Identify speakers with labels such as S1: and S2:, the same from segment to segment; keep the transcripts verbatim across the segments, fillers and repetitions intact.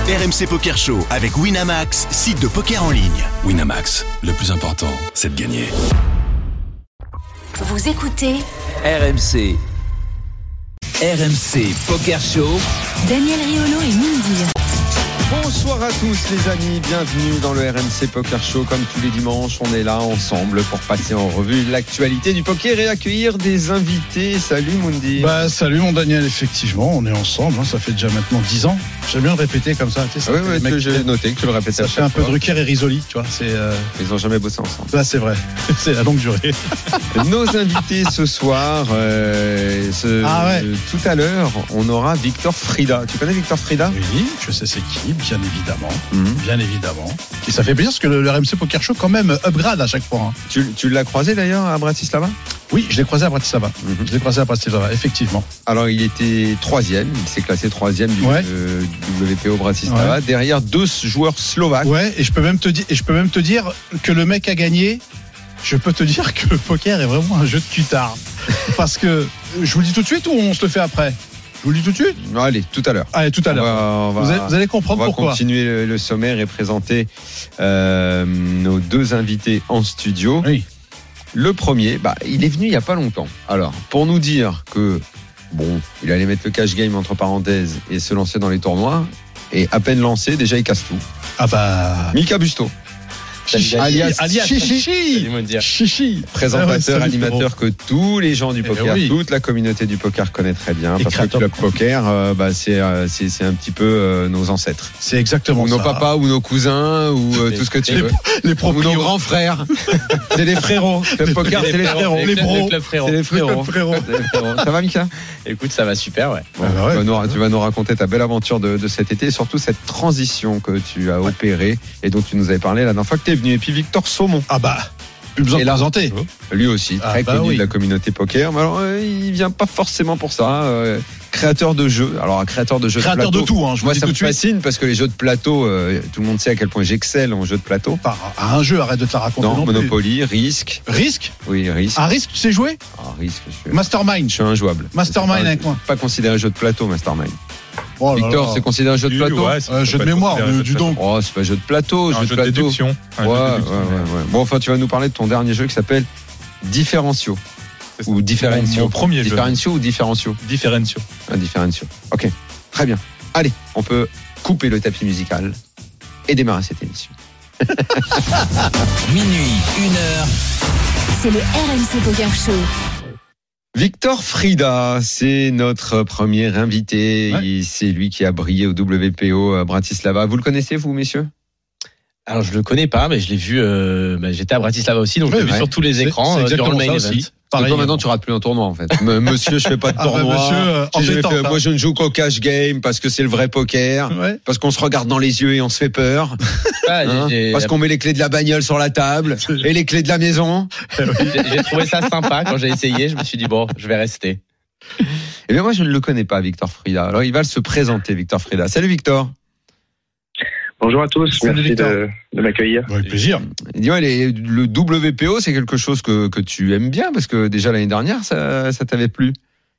S1: R M C Poker Show avec Winamax, site de poker en ligne.
S2: Winamax, le plus important, c'est de gagner.
S3: Vous écoutez
S4: R M C. R M C Poker Show.
S3: Daniel Riolo et Mindy.
S5: Bonsoir à tous les amis, bienvenue dans le R M C Poker Show. Comme tous les dimanches, on est là ensemble pour passer en revue l'actualité du poker et accueillir des invités. Salut Mundi.
S6: Bah salut mon Daniel, effectivement, on est ensemble, hein, ça fait déjà maintenant dix ans. J'aime bien le répéter comme ça. Tu sais, ça
S5: oui, oui, que j'ai noté que tu le répétais.
S6: Ça
S5: à
S6: fait
S5: chaque
S6: un peu
S5: fois.
S6: Drucker et Risoli, tu vois. C'est, euh...
S5: Ils ont jamais bossé ensemble.
S6: Là c'est vrai, c'est la longue durée.
S5: Nos invités ce soir, euh, ce,
S6: ah ouais.
S5: euh, tout à l'heure, on aura Victor Frida. Tu connais Victor Frida ?
S6: Oui, je sais c'est qui, bien évidemment.
S5: Mmh.
S6: Bien évidemment. Et ça fait plaisir parce que le, le R M C Poker Show quand même upgrade à chaque fois. Hein.
S5: Tu, tu l'as croisé d'ailleurs à Bratislava ?
S6: Oui, je l'ai croisé à Bratislava.
S5: Mmh.
S6: Je l'ai croisé à Bratislava, effectivement.
S5: Alors il était troisième, il s'est classé troisième du,
S6: ouais.
S5: euh, du W P O Bratislava, ouais. Derrière deux joueurs slovaques.
S6: Ouais, et je peux même te dire, et je peux même te dire que le mec a gagné. Je peux te dire que le poker est vraiment un jeu de cutard. Parce que je vous le dis tout de suite ou on se le fait après ? Je vous le dis tout de suite ?
S5: Non, allez, tout à l'heure.
S6: Allez, tout à
S5: on
S6: l'heure.
S5: Va, on va,
S6: vous, allez, vous allez comprendre
S5: pourquoi.
S6: pourquoi.
S5: On va continuer le, le sommaire et présenter euh, nos deux invités en studio.
S6: Oui.
S5: Le premier, bah, il est venu il n'y a pas longtemps. Alors, pour nous dire que, bon, il allait mettre le cash game entre parenthèses et se lancer dans les tournois, et à peine lancé, déjà il casse tout.
S6: Ah bah...
S5: Mika Busto.
S6: Chichi, alias, alias Chichi,
S5: Chichi.
S6: Chichi.
S5: Présentateur,
S6: ah ouais,
S5: animateur que tous les gens du poker,
S6: oui.
S5: toute la communauté du poker connaît très bien.
S6: Et
S5: parce que le club poker, euh, bah, c'est, euh, c'est, c'est un petit peu euh, nos ancêtres.
S6: C'est exactement
S5: ou
S6: ça.
S5: Nos papas ou nos cousins ou euh, tout ce que tu
S6: les,
S5: veux.
S6: Les
S5: ou nos grands frères. C'est des frérots. Le poker, c'est les frérots.
S6: Les bros.
S5: C'est les frérots. Ça va, Mika ?
S7: Écoute, ça va super, ouais.
S5: Bon, ah bah ouais. Tu, vas nous, tu vas nous raconter ta belle aventure de, de cet été et surtout cette transition que tu as opérée et dont tu nous avais parlé la dernière fois que tu es venu. Et puis Victor Saumon.
S6: Ah bah, plus besoin de présenter.
S5: Lui aussi, très
S6: ah bah
S5: connu
S6: oui.
S5: de la communauté poker. Mais alors, euh, il vient pas forcément pour ça. Euh, créateur de jeux. Alors, créateur de jeux
S6: créateur
S5: de plateau.
S6: de tout, hein, je
S5: Moi,
S6: vous
S5: ça
S6: dis
S5: me
S6: tout de
S5: fascine
S6: suite.
S5: parce que les jeux de plateau, euh, tout le monde sait à quel point j'excelle en jeux de plateau.
S6: Pas à un jeu, arrête de te la raconter.
S5: Non,
S6: non
S5: Monopoly, Risk.
S6: Risk ?
S5: Oui, Risk.
S6: Ah, Risk, tu sais jouer ?
S5: Ah, Risk. Je suis...
S6: Mastermind.
S5: Je suis injouable.
S6: Mastermind avec moi.
S5: Pas considéré jeu de plateau, Mastermind.
S6: Oh là
S5: Victor,
S6: là.
S5: c'est considéré un jeu de plateau ?
S8: Ouais,
S6: euh, jeu de mémoire, du donc.
S5: Oh, c'est pas jeu de plateau,
S8: un
S5: jeu,
S8: jeu
S5: de
S8: de
S5: plateau.
S8: déduction. Un
S5: ouais,
S8: jeu de
S5: ouais,
S8: déduction,
S5: ouais, ouais. Bon, enfin, tu vas nous parler de ton dernier jeu qui s'appelle Differentio. Ou Differentio.
S8: Mon premier jeu.
S5: Differentio ou Differentio ?
S8: Differentio.
S5: Un Differentio. Ok, très bien. Allez, on peut couper le tapis musical et démarrer cette émission.
S4: Minuit, une heure.
S3: C'est le R M C Poker Show.
S5: Victor Frida, c'est notre premier invité.
S6: Ouais.
S5: Et c'est lui qui a brillé au W P O à Bratislava. Vous le connaissez, vous, messieurs ?
S7: Alors je le connais pas, mais je l'ai vu. Euh, bah, j'étais à Bratislava aussi, donc
S6: Ouais,
S7: je l'ai vu
S5: ouais.
S7: sur tous les
S6: C'est-
S7: écrans
S6: c'est
S7: euh, durant le main
S6: exactement ça
S7: event.
S6: aussi.
S5: Pareil,
S6: Pareil,
S5: toi, maintenant, tu rates plus un tournoi, en fait. M- Monsieur, je fais pas de
S6: Ah bah,
S5: tournoi.
S6: monsieur, euh,
S5: J'ai jamais
S6: embêtant,
S5: fait-
S6: ça.
S5: moi, je ne joue qu'au cash game parce que c'est le vrai poker.
S6: Ouais.
S5: Parce qu'on se regarde dans les yeux et on se fait peur.
S7: Ah,
S5: Hein,
S7: j'ai,
S5: parce qu'on met les clés de la bagnole sur la table et les clés de la maison.
S7: j'ai, j'ai trouvé ça sympa quand j'ai essayé. Je me suis dit bon, je vais rester.
S5: Eh bien, moi, je ne le connais pas, Victor Frida. Alors, il va se présenter, Victor Frida. Salut, Victor.
S9: Bonjour à tous,
S6: Salut,
S9: merci
S6: Victor.
S9: de, de m'accueillir.
S6: Avec plaisir.
S5: Dis-moi, les- le W P O, c'est quelque chose que, que tu aimes bien parce que déjà l'année dernière, ça, ça t'avait plu.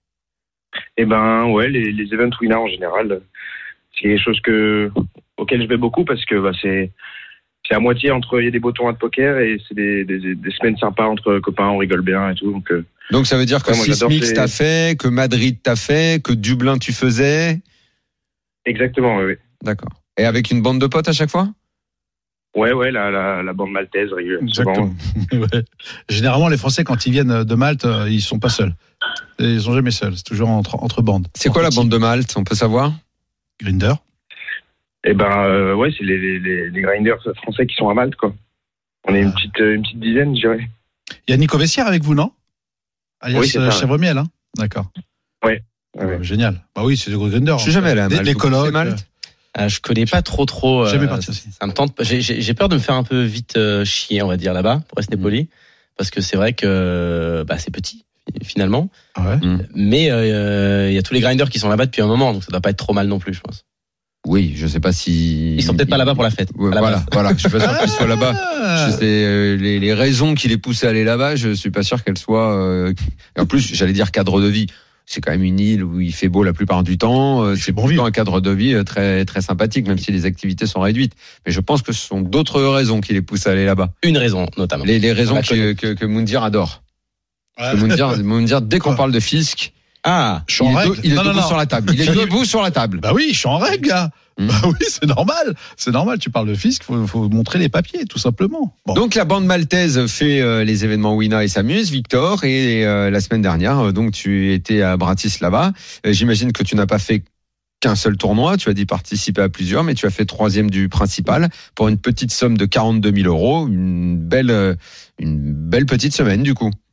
S9: Eh ben ouais, les, les event winners en général, c'est quelque chose que auquel je vais beaucoup parce que bah, c'est c'est à moitié entre il y a des beaux tournois de poker et c'est des, des, des semaines sympas entre copains, on rigole bien et tout. Donc euh,
S5: Donc, ça veut dire que
S9: Ouais, moi, j'adore
S5: Sismix
S9: ces-
S5: t'as fait, que Madrid t'as fait, que Dublin tu faisais.
S9: exactement, oui. oui.
S5: D'accord. Et avec une bande de potes à chaque fois ?
S9: Ouais, ouais, la, la, la bande maltaise, rigole.
S6: Exactement. Ouais. Généralement, les Français, quand ils viennent de Malte, euh, ils sont pas seuls. Et ils sont jamais seuls. C'est toujours entre, entre bandes.
S5: C'est quoi la
S6: Entre
S5: bande
S6: teams.
S5: de Malte, on peut savoir ?
S6: Grinder.
S9: Eh ben euh, ouais, c'est les, les, les, les grinders français qui sont à Malte, quoi. On est une petite, une petite dizaine, je dirais.
S6: Il y a Nico Vessière avec vous, non ? Alias
S9: Oui, c'est ça,
S6: euh,
S9: ouais.
S6: Chèvre-Miel, hein ? D'accord.
S9: Ouais.
S6: Ouais,
S9: Ouais.
S6: génial. Bah oui, c'est des gros grinders.
S5: Je suis jamais allé à
S6: Des-
S5: Malte.
S6: Les
S5: Vous connaissez
S6: colloques.
S5: Malte ?
S7: Ah, je connais pas trop trop.
S6: Jamais
S7: euh,
S6: parti aussi.
S7: Ça me tente. J'ai, j'ai, j'ai peur de me faire un peu vite euh, chier, on va dire là-bas, pour rester
S5: Mmh.
S7: poli, parce que c'est vrai que bah, c'est petit finalement,
S6: Ah ouais.
S7: mais il euh, y a tous les grinders qui sont là-bas depuis un moment, donc ça doit pas être trop mal non plus, je pense.
S5: Oui, je sais pas si.
S7: Ils sont peut-être pas là-bas pour la fête.
S5: Ouais,
S7: à la
S5: voilà,
S7: base.
S5: voilà. Je suis pas sûr qu'ils soient là-bas.
S6: Ah.
S5: Je sais, euh, les, les raisons qui les poussent à aller là-bas, je suis pas sûr qu'elles soient. Euh, et en plus, j'allais dire cadre de vie. c'est quand même une île où il fait beau la plupart du temps. Euh, c'est
S6: bon
S5: plutôt
S6: vivre.
S5: un cadre de vie euh, très très sympathique, même si les activités sont réduites. Mais je pense que ce sont d'autres raisons qui les poussent à aller là-bas.
S7: Une raison, notamment.
S5: Les, les raisons
S7: On va
S5: que, que, que Moundir adore.
S6: Ouais.
S5: Que Moundir, Moundir, dès qu'on
S6: Quoi
S5: parle de fisc,
S7: Ah,
S6: Je suis en
S5: il est,
S6: règle.
S5: do- il est
S6: Non, non,
S5: debout
S6: non.
S5: sur la table. Il est debout sur la table.
S6: Bah oui, je suis en règle, gars.
S5: Mmh.
S6: Bah oui, c'est normal. C'est normal. Tu parles de fisc, faut, faut montrer les papiers, tout simplement. Bon.
S5: Donc la bande maltaise fait euh, les événements Wina et s'amuse, Victor. Et euh, la semaine dernière, euh, donc tu étais à Bratislava. Euh, j'imagine que tu n'as pas fait qu'un seul tournoi. Tu as dit participer à plusieurs, mais tu as fait troisième du principal pour une petite somme de quarante-deux mille euros. Une belle, euh, une belle petite semaine du coup.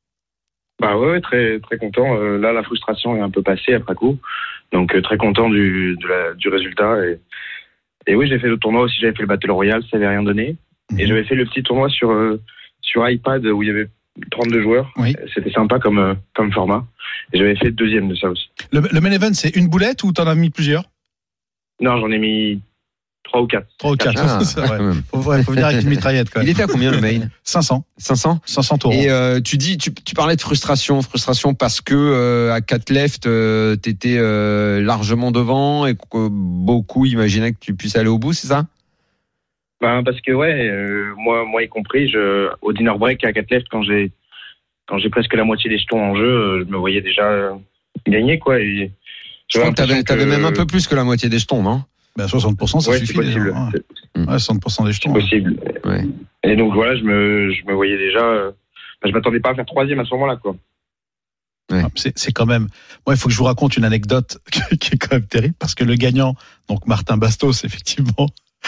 S9: Bah ouais, ouais, très très content. Euh, là, la frustration est un peu passée après coup, donc euh, très content du de la, du résultat. Et, et oui, j'ai fait le tournoi aussi. J'avais fait le Battle Royale, ça n'avait rien donné.
S6: Mhm.
S9: Et j'avais fait le petit tournoi sur euh, sur iPad où il y avait trente-deux joueurs.
S6: Oui.
S9: C'était sympa comme euh, comme format. Et j'avais fait deuxième de ça aussi.
S6: Le, le main event, c'est une boulette ou t'en as mis plusieurs?
S9: Non, j'en ai mis trois ou quatre.
S6: Trois ou quatre.
S5: Ah,
S6: C'est vrai.
S5: quand même.
S6: Faut, ouais, faut venir avec une mitraillette, quand
S5: Il
S6: même.
S5: était à combien le main?
S6: cinq cents.
S5: cinq cents.
S6: cinq cents euros.
S5: Et euh, tu dis, tu, tu parlais de frustration, frustration parce que euh, à quatre left, euh, t'étais euh, largement devant et que beaucoup imaginaient que tu puisses aller au bout, c'est ça?
S9: Ben, parce que ouais, euh, moi moi y compris, je au dinner break à quatre left quand j'ai quand j'ai presque la moitié des jetons en jeu, euh, je me voyais déjà euh, gagner quoi. Et
S5: Je crois que t'avais, t'avais même un peu plus que la moitié des jetons, non?
S6: Ben, soixante pour cent, ça
S9: Ouais,
S6: suffit.
S9: c'est possible.
S6: déjà, ouais.
S9: C'est
S6: Ouais, soixante pour cent des
S9: c'est
S6: jetons.
S9: possible.
S5: Ouais.
S9: Et donc voilà, je me je me voyais déjà. Euh, ben, je m'attendais pas à faire troisième à ce moment-là quoi.
S5: Ouais.
S6: Ah, C'est, c'est quand même. Moi, il faut que je vous raconte une anecdote qui est quand même terrible parce que le gagnant, donc Martin Bastos, effectivement,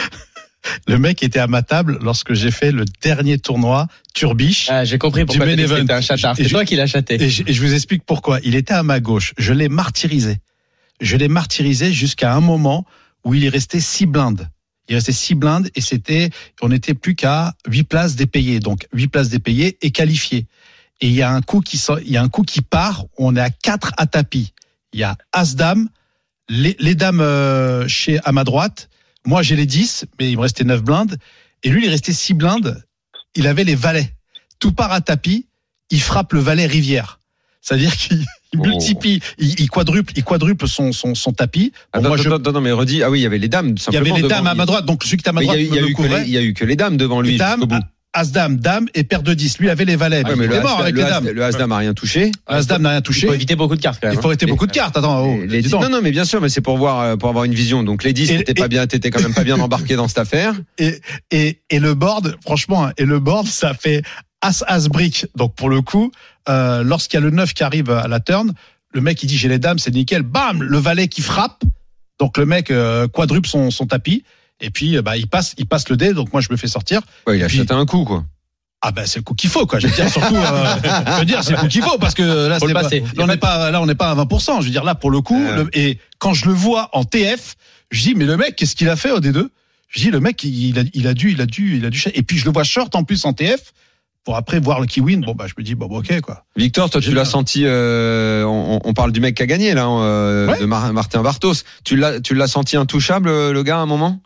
S6: le mec était à ma table lorsque j'ai fait le dernier tournoi Turbiche.
S7: Ah, j'ai compris pourquoi
S6: Du
S7: t'as
S6: main
S7: dit que
S6: event.
S7: c'était un chatard.
S6: Et
S7: C'est
S6: je-
S7: toi qui l'as chaté.
S6: Et je, et je vous explique pourquoi. Il était à ma gauche. Je l'ai martyrisé. Je l'ai martyrisé jusqu'à un moment où il est resté six blindes. Il restait six blindes et c'était, on n'était plus qu'à huit places dépayées. Donc, huit places dépayées et qualifiées. Et il y a un coup qui sort, il y a un coup qui part, on est à quatre à tapis. Il y a As-Dame, les, les dames euh, chez, à ma droite. Moi, j'ai les dix, mais il me restait neuf blindes. Et lui, il restait six blindes. Il avait les valets. Tout part à tapis. Il frappe le valet rivière. C'est-à-dire qu'il il
S5: Oh.
S6: multiplie, il, il quadruple, il quadruple son, son, son tapis. Bon,
S5: Attends,
S6: moi, je-
S5: attends, attends, non, mais redis. Ah oui, il y avait les dames.
S6: il y
S5: Simplement
S6: avait les
S5: devant
S6: dames à
S5: lui.
S6: ma droite. Donc, celui qui était à ma
S5: Mais il y a
S6: droite
S5: eu, il y a
S6: me
S5: eu que
S6: couvrait.
S5: les, il y a eu que les dames devant lui.
S6: Les dames,
S5: jusqu'au bout.
S6: As-Dame, dame et paire de dix. Lui avait les valets.
S5: Ouais,
S6: Il
S5: mais le
S6: était mort
S5: As-
S6: avec
S5: le
S6: les
S5: As-
S6: dames.
S5: le As-Dame a rien touché.
S6: As-Dame n'a rien
S7: Il
S6: touché.
S7: faut éviter beaucoup de cartes quand même.
S6: Il faut arrêter
S5: Les-
S6: beaucoup de cartes. Attends, oh,
S5: les
S6: dis
S5: dix-
S6: donc.
S5: non, non, mais bien sûr, mais c'est pour voir, euh, pour avoir une vision. Donc les dix,
S6: Et-
S5: t'étais
S6: et-
S5: pas bien, t'étais quand même pas bien embarqué dans cette affaire.
S6: Et, et, et le board, franchement, hein, et le board, ça fait as-as brick. Donc, pour le coup, euh, lorsqu'il y a le neuf qui arrive à la turn, le mec, il dit, j'ai les dames, c'est nickel. Bam! Le valet qui frappe. Donc, le mec euh, quadruple son, son tapis. Et puis, euh, bah, il passe, il passe le dé. Donc, moi, je me fais sortir.
S5: Ouais, il a
S6: Puis-
S5: acheté un coup, quoi.
S6: Ah ben c'est le coup qu'il faut quoi. Je veux dire surtout, euh, je veux dire c'est le coup qu'il faut parce que là
S7: Faut
S6: c'est
S7: le
S6: pas,
S7: passer.
S6: là on n'est pas là on n'est pas à vingt pour cent. Je veux dire là pour le coup
S5: Euh.
S6: le- et quand je le vois en T F, je dis mais le mec qu'est-ce qu'il a fait au D deux? Je dis le mec il a, il a dû il a dû il a dû et puis je le vois short en plus en T F pour après voir le qui win. Bon bah je me dis bon, bon ok quoi.
S5: Victor, toi, tu
S6: Génial.
S5: l'as senti. Euh, on, on parle du mec qui a gagné là, euh,
S6: Ouais.
S5: de Mar- Martin Bartos. Tu l'as, tu l'as senti intouchable, le le gars, à un moment.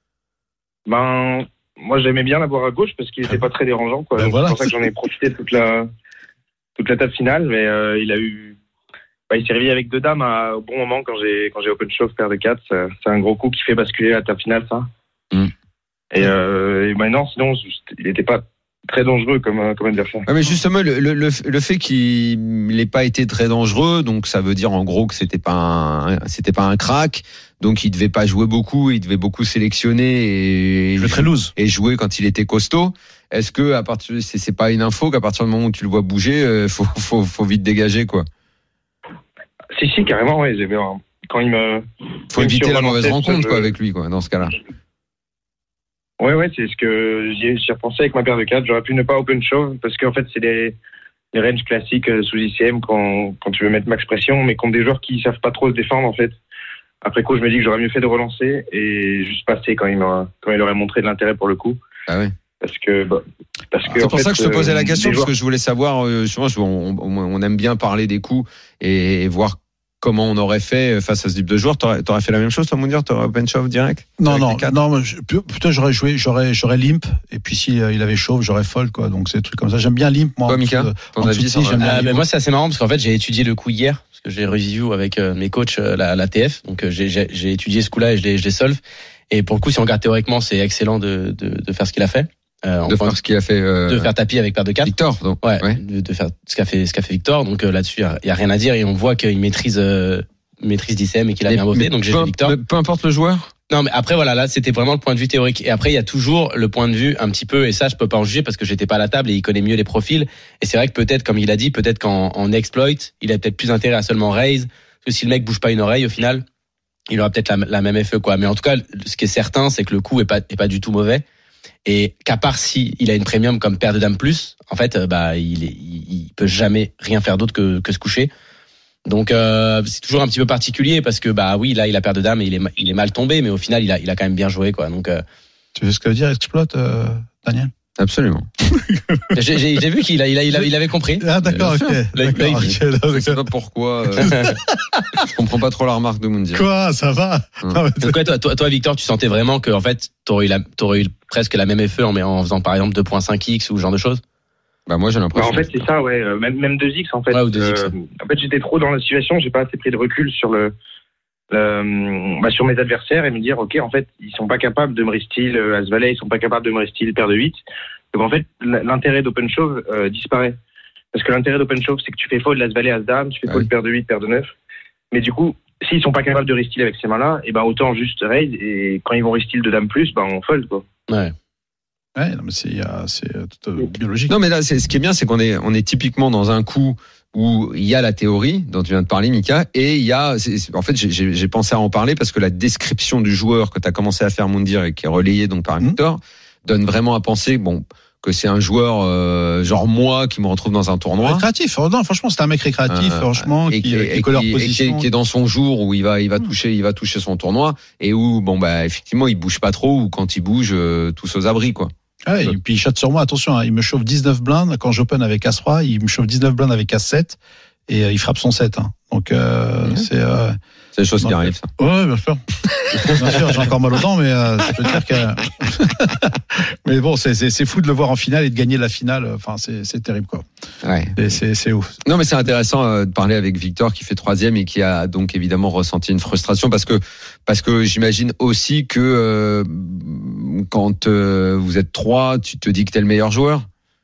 S9: Ben moi j'aimais bien l'avoir à gauche parce qu'il était pas très dérangeant quoi.
S6: Ben
S9: C'est
S6: voilà.
S9: pour ça que j'en ai profité toute la toute la table finale, mais euh, il a eu. Bah, il s'est réveillé avec deux dames à, au bon moment quand j'ai quand j'ai open shove paire de quatre. C'est, c'est un gros coup qui fait basculer la table finale ça.
S5: Mm.
S9: Et, euh, et ben non, sinon il n'était pas très dangereux comme euh, comme adversaire.
S5: Ouais, mais justement, le, le, le le fait qu'il n'ait pas été très dangereux, donc ça veut dire en gros que c'était pas un, c'était pas un crack, donc il devait pas jouer beaucoup, il devait beaucoup sélectionner et
S6: Je vais très loose.
S5: et jouer quand il était costaud. Est-ce que à partir, c'est, c'est pas une info qu'à partir du moment où tu le vois bouger, euh, faut faut faut vite dégager quoi.
S9: Si si carrément ouais. J'ai bien, quand il me.
S5: Faut
S9: Même
S5: éviter
S9: si on
S5: la
S9: va
S5: mauvaise
S9: en tête,
S5: rencontre
S9: je-
S5: quoi avec lui quoi dans ce cas-là.
S9: Ouais, ouais, c'est ce que j'y ai, j'y ai repensé avec ma paire de quatre. J'aurais pu ne pas open shove parce qu'en fait, c'est des, des ranges classiques euh, sous I C M quand, quand tu veux mettre max pression, mais contre des joueurs qui savent pas trop se défendre, en fait. Après coup, je me dis que j'aurais mieux fait de relancer et juste passer quand il, m'a, quand il aurait montré de l'intérêt pour le coup.
S5: Ah ouais.
S9: Parce que, bah, parce que,
S5: C'est
S9: en
S5: pour
S9: fait,
S5: ça que je te posais la
S9: euh,
S5: question
S9: des
S5: parce
S9: joueurs-
S5: que je voulais savoir. Euh, souvent, je- on, on, on aime bien parler des coups et, et voir comment on aurait fait face à ce type de joueur. T'aurais, t'aurais fait la même chose, toi, Moundir? T'aurais open shove direct?
S6: Non, non, non, je, plutôt j'aurais joué, j'aurais, j'aurais limp, et puis si euh, il avait chauve, j'aurais fold, quoi. Donc c'est des trucs comme ça. J'aime bien limp, moi.
S5: Toi, Mika, ton avis,
S6: si, j'aime bien
S7: euh, mais moi, c'est assez marrant parce qu'en fait, j'ai étudié le coup hier, parce que j'ai review avec euh, mes coachs euh, la, la T F, donc euh, j'ai, j'ai, j'ai étudié ce coup-là et je l'ai, je l'ai solve. Et pour le coup, si on regarde théoriquement, c'est excellent de, de, de faire ce qu'il a fait. Euh,
S5: de
S7: enfin,
S5: faire ce qu'il a fait. Euh,
S7: de faire tapis avec paire de quatre.
S5: Victor, donc.
S7: Ouais.
S5: ouais.
S7: De, de faire ce qu'a fait, ce qu'a fait Victor. Donc euh, là-dessus, il y, y a rien à dire et on voit qu'il maîtrise, euh, maîtrise d'I C M et qu'il a
S5: Et,
S7: bien bossé. Donc j'ai
S5: peu,
S7: fait Victor.
S5: peu importe le joueur.
S7: Non, mais après voilà, là c'était vraiment le point de vue théorique. Et après il y a toujours le point de vue un petit peu. Et ça, je peux pas en juger parce que j'étais pas à la table et il connaît mieux les profils. Et c'est vrai que peut-être, comme il a dit, peut-être qu'en en exploit, il a peut-être plus intérêt à seulement raise. Parce que si le mec bouge pas une oreille, au final, il aura peut-être la, la même F E, quoi. Mais en tout cas, ce qui est certain, c'est que le coup est pas, est pas du tout mauvais. Et qu'à part si il a une premium comme paire de dames plus, en fait, bah, il, est, il, il peut jamais rien faire d'autre que, que se coucher. Donc, euh, c'est toujours un petit peu particulier parce que, bah, oui, là, il a paire de dames et il est, il est mal tombé, mais au final, il a, il a quand même bien joué, quoi. Donc, euh...
S6: tu veux ce que veut dire exploit, euh, Daniel?
S5: Absolument.
S7: j'ai, j'ai, j'ai vu qu'il a, il a, il a, il avait compris.
S6: Ah, d'accord, ok.
S7: Là,
S6: d'accord,
S7: là,
S6: okay, là,
S5: je sais pas pourquoi. Euh, je comprends pas trop la remarque de Moundir.
S6: Quoi, ça va?
S5: Hum.
S6: Non, mais
S7: Donc, ouais, toi, toi, toi, Victor, tu sentais vraiment que, en fait, t'aurais eu, la, t'aurais eu presque la même F E en, en faisant, par exemple, deux virgule cinq X ou ce genre de choses?
S5: Bah, moi, j'ai l'impression.
S9: Bah, en fait, c'est ça, ouais. Euh, Même, même deux X, en fait.
S7: Ouais, ou deux X.
S9: Euh, en fait, j'étais trop dans la situation, j'ai pas assez pris de recul sur le, le bah, sur mes adversaires et me dire, ok, en fait, ils sont pas capables de me restyl euh, As-Valet, ils sont pas capables de me restyl paire de huit. Donc, en fait, l'intérêt d'Open Shove euh, disparaît. Parce que l'intérêt d'Open Shove, c'est que tu fais fold As-Valet, As-Dame, tu fais fold
S5: ouais.
S9: paire de huit, paire de neuf. Mais du coup, s'ils sont pas capables de restyl avec ces mains-là, et ben, autant juste raise, et quand ils vont restyl de Dame plus, ben, on fold, quoi.
S7: Ouais.
S6: Ouais, non, mais c'est, c'est tout euh, biologique.
S5: Non, mais là, c'est, ce qui est bien, c'est qu'on est, on est typiquement dans un coup où il y a la théorie dont tu viens de parler, Mika, et il y a, c'est, c'est, en fait, j'ai, j'ai pensé à en parler parce que la description du joueur que tu as commencé à faire, Moundir, et qui est relayée donc par Victor, mmh. donne vraiment à penser, bon, que c'est un joueur euh, genre moi qui me retrouve dans un tournoi.
S6: Récréatif. Non, franchement, c'est un mec récréatif, euh, franchement,
S5: et qui,
S6: qui,
S5: et
S6: qui colle leur
S5: qui,
S6: position,
S5: et qui, qui est dans son jour où il va, il va toucher, il va toucher son tournoi, et où, bon, bah, effectivement, il bouge pas trop, ou quand il bouge, euh, tous aux abris, quoi.
S6: Ah, et puis il chatte sur moi, attention, hein, il me chauffe dix-neuf blindes quand j'open avec As trois, il me chauffe dix-neuf blindes avec As sept et euh, il frappe son sept. Hein. Donc euh, mmh. c'est euh,
S5: c'est des choses qui arrivent, ça.
S6: Ouais, bien sûr. Bien sûr, j'ai encore mal aux dents, mais euh, je peux te dire que. Mais bon, c'est, c'est c'est fou de le voir en finale et de gagner la finale. Enfin, c'est c'est terrible, quoi.
S5: Ouais.
S6: Et c'est c'est ouf.
S5: Non, mais c'est intéressant euh, de parler avec Victor qui fait troisième et qui a donc évidemment ressenti une frustration parce que parce que j'imagine aussi que euh, quand euh, vous êtes trois, tu te dis que t'es le meilleur joueur.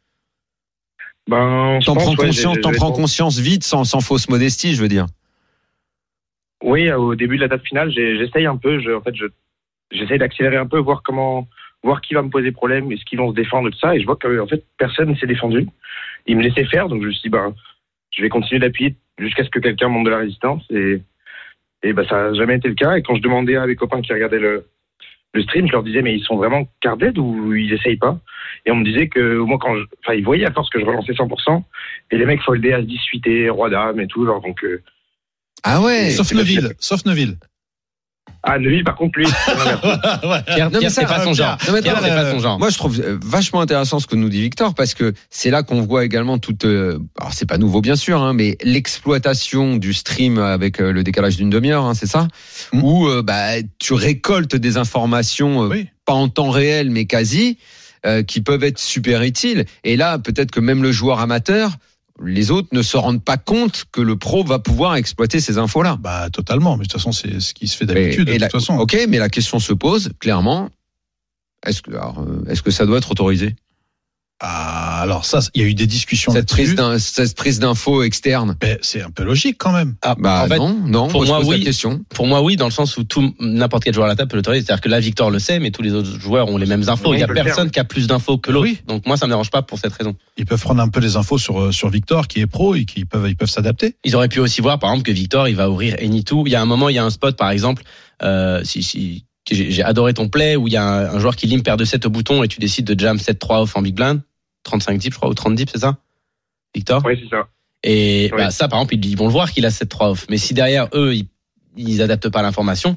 S9: Ben,
S5: t'en
S9: pense,
S5: prends
S9: ouais,
S5: conscience,
S9: j'ai,
S5: t'en
S9: j'ai
S5: prends
S9: trop...
S5: conscience vite, sans sans fausse modestie, je veux dire.
S9: Oui, au début de la table finale, j'ai, j'essaye un peu. Je, en fait, je, j'essaye d'accélérer un peu, voir comment, voir qui va me poser problème, est-ce qu'ils vont se défendre de ça. Et je vois que en fait, personne ne s'est défendu. Ils me laissaient faire, donc je me suis dit, ben, je vais continuer d'appuyer jusqu'à ce que quelqu'un monte de la résistance. Et, et ben, ça n'a jamais été le cas. Et quand je demandais à mes copains qui regardaient le, le stream, je leur disais, mais ils sont vraiment card dead ou ils essayent pas? Et on me disait que moi, quand je, enfin, ils voyaient à force que je relançais cent pour cent, et les mecs foldaient As dix-huit et Roi Dame et tout, genre, donc. Euh,
S5: Ah ouais.
S6: Sauf Neuville, sauf Neuville.
S9: Ah, Neuville, par contre, lui.
S7: Pierre, Pierre c'est pas son genre.
S5: Non, mais
S7: Pierre,
S5: attends,
S7: c'est
S5: euh,
S7: pas son genre.
S5: Moi, je trouve vachement intéressant ce que nous dit Victor parce que c'est là qu'on voit également toute. Euh, alors, c'est pas nouveau, bien sûr, hein, mais l'exploitation du stream avec euh, le décalage d'une demi-heure, hein, c'est ça, mmh. où euh, bah tu récoltes des informations, euh, oui. pas en temps réel, mais quasi, euh, qui peuvent être super utiles. Et là, peut-être que même le joueur amateur. Les autres ne se rendent pas compte que le pro va pouvoir exploiter ces infos-là.
S6: Bah totalement, mais de toute façon c'est ce qui se fait d'habitude.
S5: Et, et
S6: de
S5: la,
S6: toute façon.
S5: Ok, mais la question se pose clairement. Est-ce que, alors, est-ce que ça doit être autorisé?
S6: Ah, alors ça, il y a eu des discussions
S5: cette
S6: là-dessus.
S5: Prise d'un, cette prise d'infos externe.
S6: Ben, c'est un peu logique quand même.
S5: Ah, bah en fait, non, non.
S7: Pour moi, oui.
S5: Question.
S7: Pour moi, oui, dans le sens où tout n'importe quel joueur à la table peut l'autoriser. C'est-à-dire que là, Victor le sait, mais tous les autres joueurs ont les mêmes infos. Oui, il y a personne qui a plus d'infos que l'autre. Oui. Donc moi, ça me dérange pas pour cette raison.
S6: Ils peuvent prendre un peu des infos sur sur Victor, qui est pro et qui peuvent ils peuvent s'adapter.
S7: Ils auraient pu aussi voir, par exemple, que Victor, il va ouvrir Anytoo. Il y a un moment, il y a un spot, par exemple, euh, si si. J'ai, j'ai adoré ton play où il y a un, un joueur qui limpe paire de sept au bouton et tu décides de jam sept trois off en big blind. trente-cinq dips, je crois, ou trente dips, c'est ça, Victor?
S9: Oui, c'est ça.
S7: Et
S9: oui.
S7: bah, ça, par exemple, ils vont le voir qu'il a sept trois off. Mais si derrière eux, ils, ils adaptent pas l'information,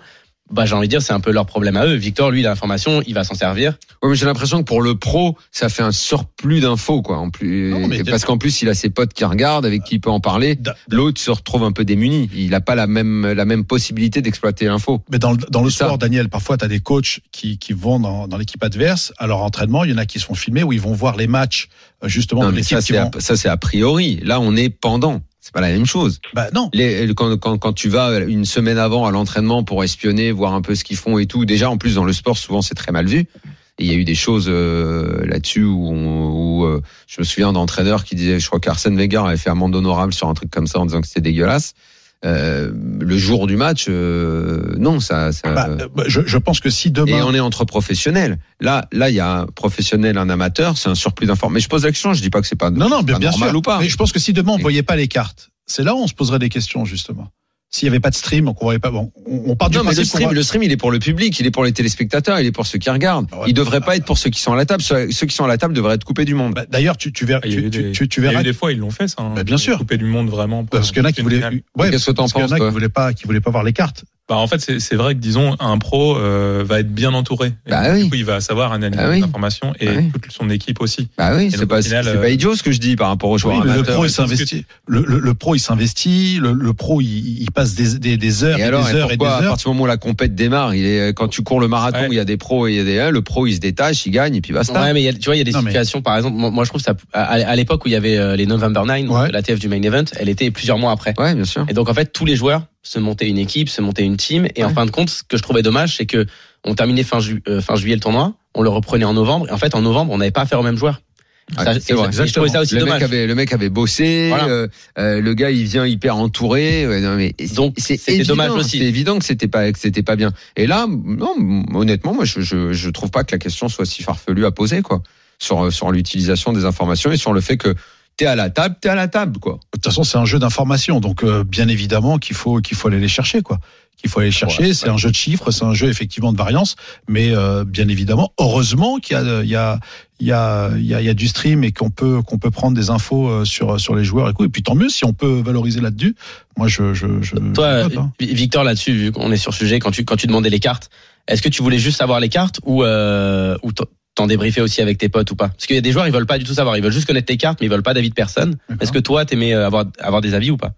S7: Bah, j'ai envie de dire, c'est un peu leur problème à eux. Victor, lui, il a l'information, il va s'en servir.
S5: Ouais, mais j'ai l'impression que pour le pro, ça fait un surplus d'infos, quoi. En plus,
S6: Non, mais
S5: parce qu'en plus, il a ses potes qui regardent, avec qui il peut en parler. L'autre se retrouve un peu démuni. Il n'a pas la même, la même possibilité d'exploiter l'info.
S6: Mais dans, le- dans le
S5: C'est ça.
S6: sport, Daniel, parfois, tu as des coachs qui, qui vont dans, dans l'équipe adverse à leur entraînement. Il y en a qui se font filmer où ils vont voir les matchs, euh, justement,
S5: Non,
S6: de
S5: mais
S6: l'équipe
S5: ça,
S6: qui
S5: c'est
S6: vont.
S5: a, ça, c'est a priori. Là, on est pendant. C'est pas la même chose.
S6: Bah, non.
S5: Les, quand, quand, quand tu vas une semaine avant à l'entraînement pour espionner, voir un peu ce qu'ils font et tout, déjà en plus dans le sport souvent c'est très mal vu. Et il y a eu des choses euh, là-dessus où, on, où euh, je me souviens d'entraîneurs qui disaient, je crois qu'Arsène Wenger avait fait amende honorable sur un truc comme ça en disant que c'était dégueulasse. Euh, le jour du match, euh, non, ça. ça
S6: Bah, euh, bah, je, je pense que si demain.
S5: Et on est entre professionnels. Là, là, il y a un professionnel, un amateur, c'est un surplus d'informations. Mais je pose la question, je dis pas que c'est pas,
S6: Non, non, bien,
S5: pas
S6: bien
S5: normal
S6: sûr.
S5: ou pas.
S6: Mais je pense que si demain on ne voyait pas les cartes, c'est là où on se poserait des questions, justement. S'il n'y avait pas de stream, on voyait pas. Bon, on, on part du
S5: Non, mais le
S6: principe qu'on
S5: stream,
S6: va-
S5: le stream, il est pour le public, il est pour les téléspectateurs, il est pour ceux qui regardent.
S6: Ouais,
S5: il devrait
S6: bah,
S5: pas être pour ceux qui sont à la table. Ceux ceux qui sont à la table devraient être coupés du monde.
S6: Bah, d'ailleurs, tu, tu verras.
S8: Il y a
S6: Tu,
S8: eu
S6: tu,
S8: des,
S6: tu, tu
S8: il y a
S6: verras.
S8: eu des fois, ils l'ont fait, ça. hein.
S6: Bah, bien sûr.
S8: Couper du monde vraiment. pour-
S6: Parce qu'il y en a qui
S8: pour une
S6: voulaient.
S8: finale.
S6: Ouais,
S5: Qu'est-ce que t'en
S6: parce qu'il y en
S5: penses,
S6: a
S5: toi
S6: qui voulaient pas, qui voulaient pas voir les cartes.
S8: Bah, en fait, c'est, c'est vrai que, disons, un pro euh, va être bien entouré. Et
S5: Bah
S8: donc,
S5: oui.
S8: Du coup, il va savoir analyser
S5: Bah oui.
S8: les informations et
S5: Bah oui.
S8: toute son équipe aussi.
S5: Bah oui,
S8: Et
S5: c'est
S8: donc,
S5: pas,
S8: au final,
S5: c'est
S8: euh,
S5: pas idiot ce que je dis par rapport aux joueurs
S6: Oui, mais le
S5: amateurs.
S6: pro, il
S8: et tout ce que
S6: s'investit. Le, le, le pro, il s'investit. Le, le pro, il, il passe des, des, des heures
S5: Et
S6: et,
S5: alors,
S6: des
S5: et
S6: heures et des
S5: pourquoi, à
S6: heures.
S5: partir du moment où la compète démarre, il est, quand tu cours le marathon,
S8: Ouais.
S5: il y a des pros et il y a des, le pro, il se détache, il gagne et puis basta.
S7: Ouais, mais il y a, tu vois, il y a des
S6: Non, mais-
S7: situations, par exemple, moi, moi, je trouve ça, à, à l'époque où il y avait euh, les November Nine,
S6: Ouais.
S7: la T F du Main Event, elle était plusieurs mois après.
S5: Ouais, bien sûr.
S7: Et donc, en fait, tous les joueurs se montaient une équipe, se montaient une team. Et en
S5: Ouais.
S7: fin de compte, ce que je trouvais dommage, c'est que on terminait fin, ju- euh, fin juillet le tournoi, on le reprenait en novembre. Et en fait, en novembre, on n'avait pas affaire aux mêmes joueurs.
S5: Ouais,
S7: Ça,
S5: c'est
S7: et
S5: vrai.
S7: ça- et je trouvais ça aussi
S5: le
S7: dommage.
S5: mec avait, le mec avait bossé,
S7: Voilà.
S5: euh, euh, le gars il vient hyper entouré. Ouais, non, mais
S7: Donc,
S5: c'est
S7: c'était
S5: évident,
S7: dommage aussi.
S5: C'est évident que c'était pas, que c'était pas bien. Et là, non, honnêtement, moi, je, je, je trouve pas que la question soit si farfelue à poser, quoi, sur, sur l'utilisation des informations et sur le fait que t'es à la table, t'es à la table, quoi.
S6: De toute façon, c'est un jeu d'information, donc euh, bien évidemment qu'il faut qu'il faut aller les chercher, quoi. Qu'il faut aller les chercher.
S5: Ouais,
S6: c'est un jeu de chiffres, c'est un jeu effectivement de variance, mais euh, bien évidemment, heureusement qu'il y a il y a il y a il y a, il y a du stream et qu'on peut qu'on peut prendre des infos euh, sur sur les joueurs et tout. Et puis tant mieux si on peut valoriser là-dessus. Moi, je je je.
S7: Toi,
S6: je note, hein.
S7: Victor, là-dessus, vu qu'on est sur le sujet, quand tu, quand tu demandais les cartes, est-ce que tu voulais juste savoir les cartes ou, euh, ou t'en- t'en débriefais aussi avec tes potes ou pas? Parce qu'il y a des joueurs, ils veulent pas du tout savoir. Ils veulent juste connaître les cartes, mais ils veulent pas d'avis de personne.
S6: D'accord.
S7: Est-ce que toi, t'aimais euh, avoir, avoir des avis ou pas?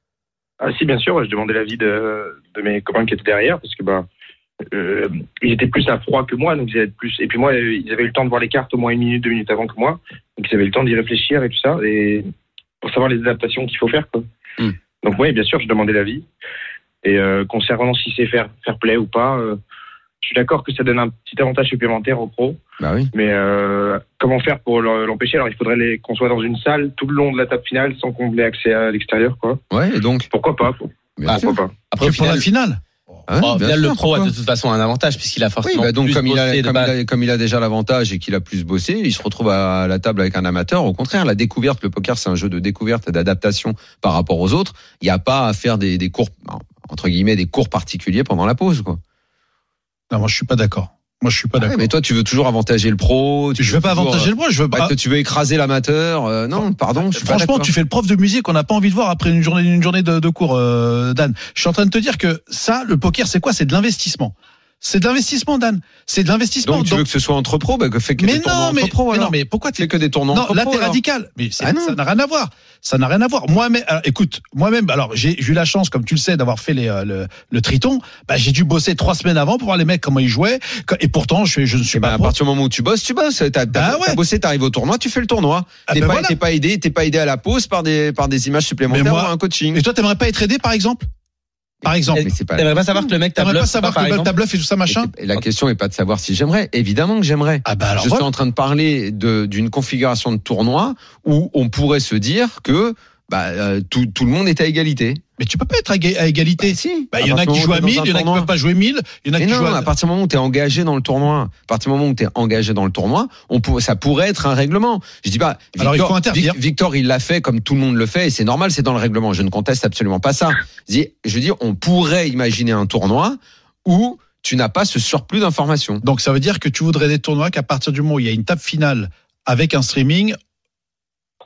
S9: Ah si, bien sûr, ouais, je demandais l'avis de, de mes copains qui étaient derrière, parce que bah, euh, ils étaient plus à froid que moi, donc ils avaient plus. Et puis moi, euh, ils avaient eu le temps de voir les cartes au moins une minute, deux minutes avant que moi, donc ils avaient le temps d'y réfléchir et tout ça, et pour savoir les adaptations qu'il faut faire, quoi.
S7: Mm.
S9: Donc oui, bien sûr, je demandais l'avis. Et euh, concernant si c'est fair, fair play ou pas, euh, je suis d'accord que ça donne un petit avantage supplémentaire aux pros.
S5: Bah oui.
S9: Mais euh, comment faire pour l'empêcher? Alors il faudrait les, qu'on soit dans une salle tout le long de la table finale sans qu'on ait accès à l'extérieur, quoi.
S5: Ouais, et donc.
S9: Pourquoi pas? Pour-
S5: Bien sûr.
S9: Pourquoi pas?
S7: Après, au
S6: pour la
S7: final,
S6: finale.
S5: Hein,
S7: oh, au
S5: bien
S7: final,
S5: sûr,
S7: le pro a
S5: pourquoi
S7: de toute façon un avantage puisqu'il a
S5: Oui,
S7: forcément
S5: bah donc
S7: plus
S5: comme il, a,
S7: bossé de
S5: comme, il
S7: base.
S5: a, comme il a déjà l'avantage et qu'il a plus bossé, il se retrouve à la table avec un amateur. Au contraire, la découverte, le poker, c'est un jeu de découverte et d'adaptation par rapport aux autres. Il n'y a pas à faire des, des cours, entre guillemets, des cours particuliers pendant la pause, quoi.
S6: Non, moi, je suis pas d'accord. Moi, je suis pas
S5: Ah ouais,
S6: d'accord.
S5: mais toi, tu veux toujours avantager le pro. Tu
S6: Je veux pas
S5: toujours,
S6: avantager le pro. Je veux
S5: bah,
S6: pas.
S5: toi, tu veux écraser l'amateur. Euh, non, pardon, je suis pas
S6: Franchement,
S5: d'accord.
S6: tu fais le prof de musique qu'on n'a pas envie de voir après une journée, une journée de, de cours, euh, Dan. Je suis en train de te dire que ça, le poker, c'est quoi? C'est de l'investissement. C'est de l'investissement, Dan. C'est de l'investissement.
S5: Donc, tu
S6: Donc-
S5: veux que ce soit entre pros, bah, que fais que
S6: mais
S5: des tournois
S6: non, mais,
S5: entre pros,
S6: mais
S5: alors.
S6: non, mais pourquoi tu
S5: Fais que des tournois
S6: Non,
S5: entre
S6: là
S5: pros,
S6: t'es
S5: alors.
S6: radical. Mais c'est-
S5: Ah non.
S6: ça n'a rien à voir. Ça n'a rien à voir. Moi-même, alors, écoute, moi-même, alors j'ai j'ai eu la chance, comme tu le sais, d'avoir fait les, euh, le, le Triton. Bah, j'ai dû bosser trois semaines avant pour voir les mecs comment ils jouaient. Et pourtant, je, je ne suis
S5: Eh ben,
S6: pas
S5: à
S6: pro.
S5: partir du moment où tu bosses, tu bosses. T'as, t'as,
S6: Bah ouais.
S5: t'as bossé, t'arrives au tournoi, tu fais le tournoi.
S6: Ah
S5: t'es
S6: ben
S5: pas,
S6: voilà.
S5: t'es pas aidé, t'es pas aidé à la pause par des, par des images supplémentaires
S6: Mais moi-
S5: ou un coaching.
S6: Et toi, t'aimerais pas être aidé, par exemple? Par exemple.
S5: Mais c'est pas.
S7: T'aimerais pas savoir que le mec t'a
S6: T'aimerais
S7: bluff,
S6: pas savoir
S7: par
S6: que
S7: exemple
S6: ta bluff et tout ça, machin?
S5: Et la question est pas de savoir si j'aimerais. Évidemment que j'aimerais.
S6: Ah bah alors
S5: je
S6: voilà.
S5: suis en train de parler de, d'une configuration de tournoi où on pourrait se dire que bah, euh, tout, tout le monde est à égalité.
S6: Mais tu peux pas être à éga- à égalité.
S5: Bah, si.
S6: Bah, il y en a qui jouent à mille, il y en a qui peuvent pas jouer mille, il y en a
S5: Mais
S6: qui
S5: non,
S6: jouent
S5: à
S6: à...
S5: partir du moment où tu es engagé dans le tournoi, à partir du moment où tu es engagé dans le tournoi, on pour, ça pourrait être un règlement. Je dis pas. Victor,
S6: Alors, il faut interdire.
S5: Vic- Victor, il l'a fait comme tout le monde le fait et c'est normal, c'est dans le règlement. Je ne conteste absolument pas ça. Je dis, je dis, on pourrait imaginer un tournoi où tu n'as pas ce surplus d'informations.
S6: Donc ça veut dire que tu voudrais des tournois qu'à partir du moment où il y a une table finale avec un streaming,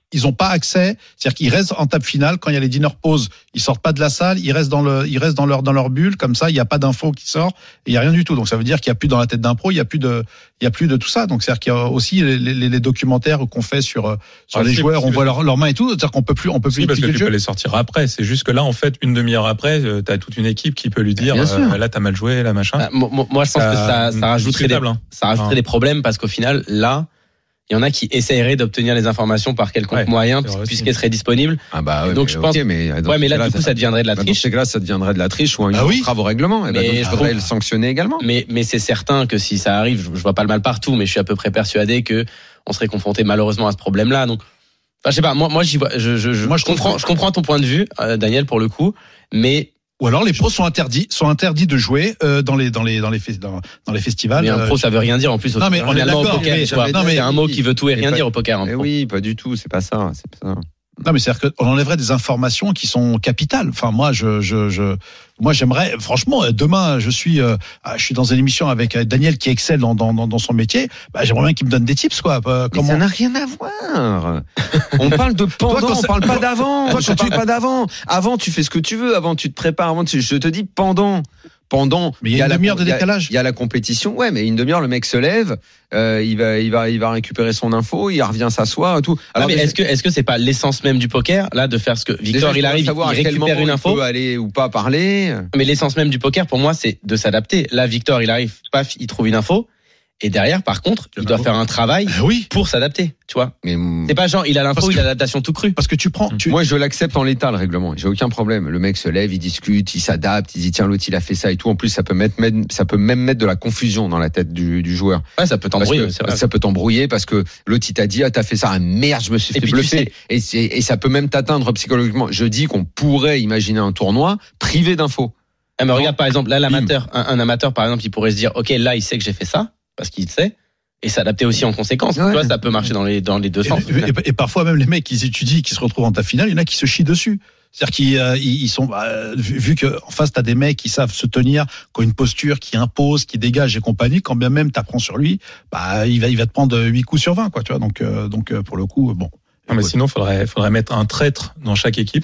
S6: ils ont pas accès, c'est-à-dire qu'ils restent en table finale quand il y a les dinner pauses, ils sortent pas de la salle, ils restent dans le, ils restent dans leur dans leur bulle comme ça, il y a pas d'info qui sort, et il y a rien du tout. Donc ça veut dire qu'il y a plus dans la tête d'un pro, il y a plus de, il y a plus de tout ça. Donc c'est-à-dire qu'il y a aussi les, les, les documentaires qu'on fait sur sur
S8: ah,
S6: les
S8: si,
S6: joueurs,
S8: si,
S6: on
S8: si,
S6: voit leurs leurs mains et tout, c'est-à-dire qu'on peut plus, on peut plus
S8: si, parce que
S6: expliquer
S8: tu
S6: le
S8: peux
S6: jeu.
S8: les sortir après. C'est juste que là, en fait, une demi-heure après, euh, t'as toute une équipe qui peut lui dire,
S5: Bien sûr.
S8: euh, là, t'as mal joué, là, machin.
S7: Ah, moi, moi, je pense
S8: Ça-
S7: que ça, ça rajouterait des,
S8: discutable, hein.
S7: ça rajouterait
S8: Ah.
S7: des problèmes parce qu'au final, là, il y en a qui essaieraient d'obtenir les informations par quelconque
S8: Ouais,
S7: moyen
S8: c'est vrai
S7: puisqu'elles seraient disponibles.
S5: Ah bah ouais,
S7: Donc,
S5: mais
S7: je pense-
S5: ok, mais dans
S7: Ouais, mais
S5: ce
S7: là,
S5: cas-là,
S7: du coup,
S5: ça-
S7: ça deviendrait de la
S5: bah, dans
S7: triche.
S5: ces cas-là, ça deviendrait de la triche ou une
S6: Ah oui.
S5: entrave au règlement. Et bah,
S7: Mais
S5: donc, il
S7: je
S5: faudrait
S7: comprends.
S5: le sanctionner également.
S7: Mais, mais c'est certain que si ça arrive, je, je vois pas le mal partout, mais je suis à peu près persuadé que on serait confronté malheureusement à ce problème-là. Donc, enfin, je sais pas, moi, moi, j'y vois, je, je, je,
S6: Moi, je
S7: je comprends,
S6: trouve-
S7: je comprends ton point de vue, euh, Daniel, pour le coup, mais,
S6: Ou alors les pros sont interdits, sont interdits de jouer euh, dans les dans les dans les fes- dans, dans les festivals.
S7: mais un
S6: euh,
S7: pro, ça veut rien dire en plus.
S6: Non, mais on est
S7: finalement, au
S6: d'accord,
S7: poker,
S6: mais-
S7: tu vois.
S5: non, mais-
S7: c'est un mot qui veut tout et
S5: mais
S7: rien
S5: pas-
S7: dire au poker. un
S5: Eh
S7: pro.
S5: oui, pas du tout, c'est pas ça, c'est pas ça.
S6: Non, mais c'est-à-dire qu'on enlèverait des informations qui sont capitales. Enfin, moi, je, je, je, moi, j'aimerais, franchement, demain, je suis, euh, je suis dans une émission avec Daniel qui excelle dans, dans, dans son métier. Bah, j'aimerais bien qu'il me donne des tips, quoi. Euh,
S5: Mais
S6: Comment
S5: ça n'a rien à voir. On parle de pendant,
S6: quand
S5: on
S6: ça-
S5: parle pas d'avant.
S6: Toi,
S5: Je
S6: quand
S5: parle
S6: tu-
S5: pas d'avant. Avant, tu fais ce que tu veux. Avant, tu te prépares. Avant, tu- je te dis pendant. Pendant.
S6: Mais il y a une
S5: la-
S6: demi-heure de
S5: il y a-
S6: décalage.
S5: Il y a la compétition. Ouais, mais une demi-heure, le mec se lève, euh, il va, il va, il va récupérer son info, il revient s'asseoir et tout.
S7: Ah, mais
S5: déjà-
S7: est-ce que est-ce que c'est pas l'essence même du poker là de faire ce que
S5: déjà,
S7: Victor
S5: je
S7: il
S5: voudrais
S7: arrive,
S5: savoir
S7: il
S5: à quel
S7: récupère
S5: moment
S7: une
S5: il
S7: info.
S5: peut aller ou pas parler.
S7: Mais l'essence même du poker, pour moi, c'est de s'adapter. Là, Victor, il arrive, paf, il trouve une info. Et derrière, par contre, il doit faire un travail
S6: Ah oui.
S7: pour s'adapter, tu vois.
S5: Mais
S7: C'est pas genre, il a l'info,
S6: Parce que-
S7: il a l'adaptation tout cru.
S6: Parce que tu prends, tu,
S5: moi, je l'accepte en l'état, le règlement. J'ai aucun problème. Le mec se lève, il discute, il s'adapte, il dit tiens, l'autre, il a fait ça et tout. En plus, ça peut mettre, même- ça peut même mettre de la confusion dans la tête du, du joueur.
S7: Ouais, ça peut
S5: Parce
S7: t'embrouiller,
S5: que
S7: c'est vrai.
S5: ça peut t'embrouiller parce que l'autre, il t'a dit ah, t'as fait ça. Ah, merde, je me suis
S7: Et
S5: fait
S7: puis, tu
S5: bluffer.
S7: sais-
S5: Et, c'est- et ça peut même t'atteindre psychologiquement. Je dis qu'on pourrait imaginer un tournoi privé d'infos.
S7: Ah, mais regarde, par exemple, là, l'amateur, un, un amateur, par exemple, il pourrait se dire, OK, là, il sait que j'ai fait ça, parce qu'il sait, et s'adapter aussi en conséquence.
S5: Ouais.
S7: Tu vois, ça peut marcher dans les, dans les deux
S6: et,
S7: sens.
S6: et- et parfois même les mecs qui étudient, qui se retrouvent en ta finale, il y en a qui se chient dessus. C'est-à-dire qu'ils euh, ils ils sont bah, vu, vu que en face t'as des mecs qui savent se tenir, qui ont une posture, qui impose, qui dégage et compagnie. Quand bien même t'apprends sur lui, bah il va il va te prendre huit coups sur vingt, quoi. Tu vois. Donc euh, donc euh, pour le coup, bon.
S8: Non, mais sinon, faudrait, faudrait mettre un traître dans chaque équipe.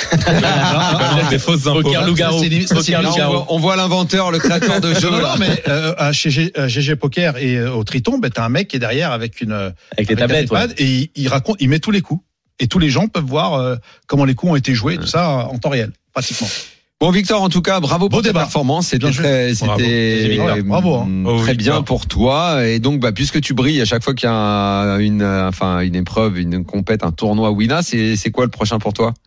S8: Comme des fausses infos.
S7: Poker loup-garou.
S6: Ça, c'est limite- ça, c'est
S7: Poker
S6: limite-
S5: Là, on,
S7: loup-garou.
S5: voit, on voit l'inventeur, le créateur de jeu.
S6: Non,
S5: là.
S6: non, mais euh, à chez G- euh, G G Poker et euh, au Triton, ben, t'as un mec qui est derrière avec une euh,
S7: Avec les
S6: avec un
S7: tablettes, ouais.
S6: iPad, et il, il raconte, il met tous les coups. Et tous les gens peuvent voir euh, comment les coups ont été joués, tout ça en temps réel, pratiquement.
S5: Bon, Victor, en tout cas, bravo pour
S6: Beau
S5: ta
S6: débat.
S5: performance. C'était
S6: Bien joué.
S5: très,
S8: Bravo.
S5: c'était
S6: Victor. Bravo, hein.
S5: mm,
S8: Oh,
S5: très
S8: Victor.
S5: bien pour toi. Et donc, bah, puisque tu brilles à chaque fois qu'il y a une, euh, enfin, une épreuve, une compète, un tournoi Wina, c'est, c'est quoi le prochain pour toi?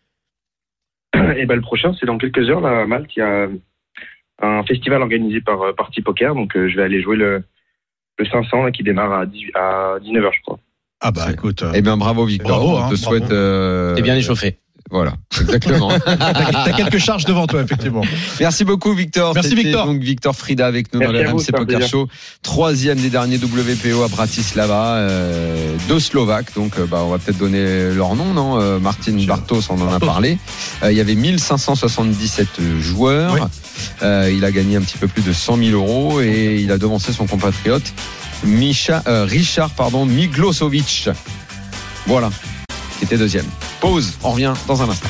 S9: Et ben le prochain, c'est dans quelques heures là à Malte. Il y a un festival organisé par euh, Party Poker, donc euh, je vais aller jouer le le cinq cents là, qui démarre à dix-huit à dix-neuf heures, je crois.
S6: Ah bah
S5: C'est-
S6: écoute, euh,
S5: Eh bien, bravo, Victor.
S6: Bravo,
S5: On
S6: hein,
S5: te
S6: bravo.
S5: souhaite, euh,
S7: T'es bien échauffé.
S5: Voilà, exactement.
S6: t'as, t'as quelques charges devant toi, effectivement.
S5: Merci beaucoup, Victor.
S6: Merci,
S5: C'était
S6: Victor.
S5: Donc, Victor Frida avec nous
S9: Merci
S5: dans le
S9: à vous,
S5: R M C
S9: c'est un
S5: Poker
S9: plaisir.
S5: Show. Troisième des derniers W P O à Bratislava, euh, deux Slovaques. Donc, euh, bah, on va peut-être donner leur nom, non? Euh, Martin
S6: Sûr.
S5: Bartos, on en a
S6: Bartos.
S5: parlé. Euh, il y avait mille cinq cent soixante-dix-sept joueurs.
S6: Oui.
S5: Euh, il a gagné un petit peu plus de cent mille euros et il a devancé son compatriote Misha, euh, Richard, pardon, Miglosovic. Voilà, qui était deuxième. Pause, on revient dans un instant.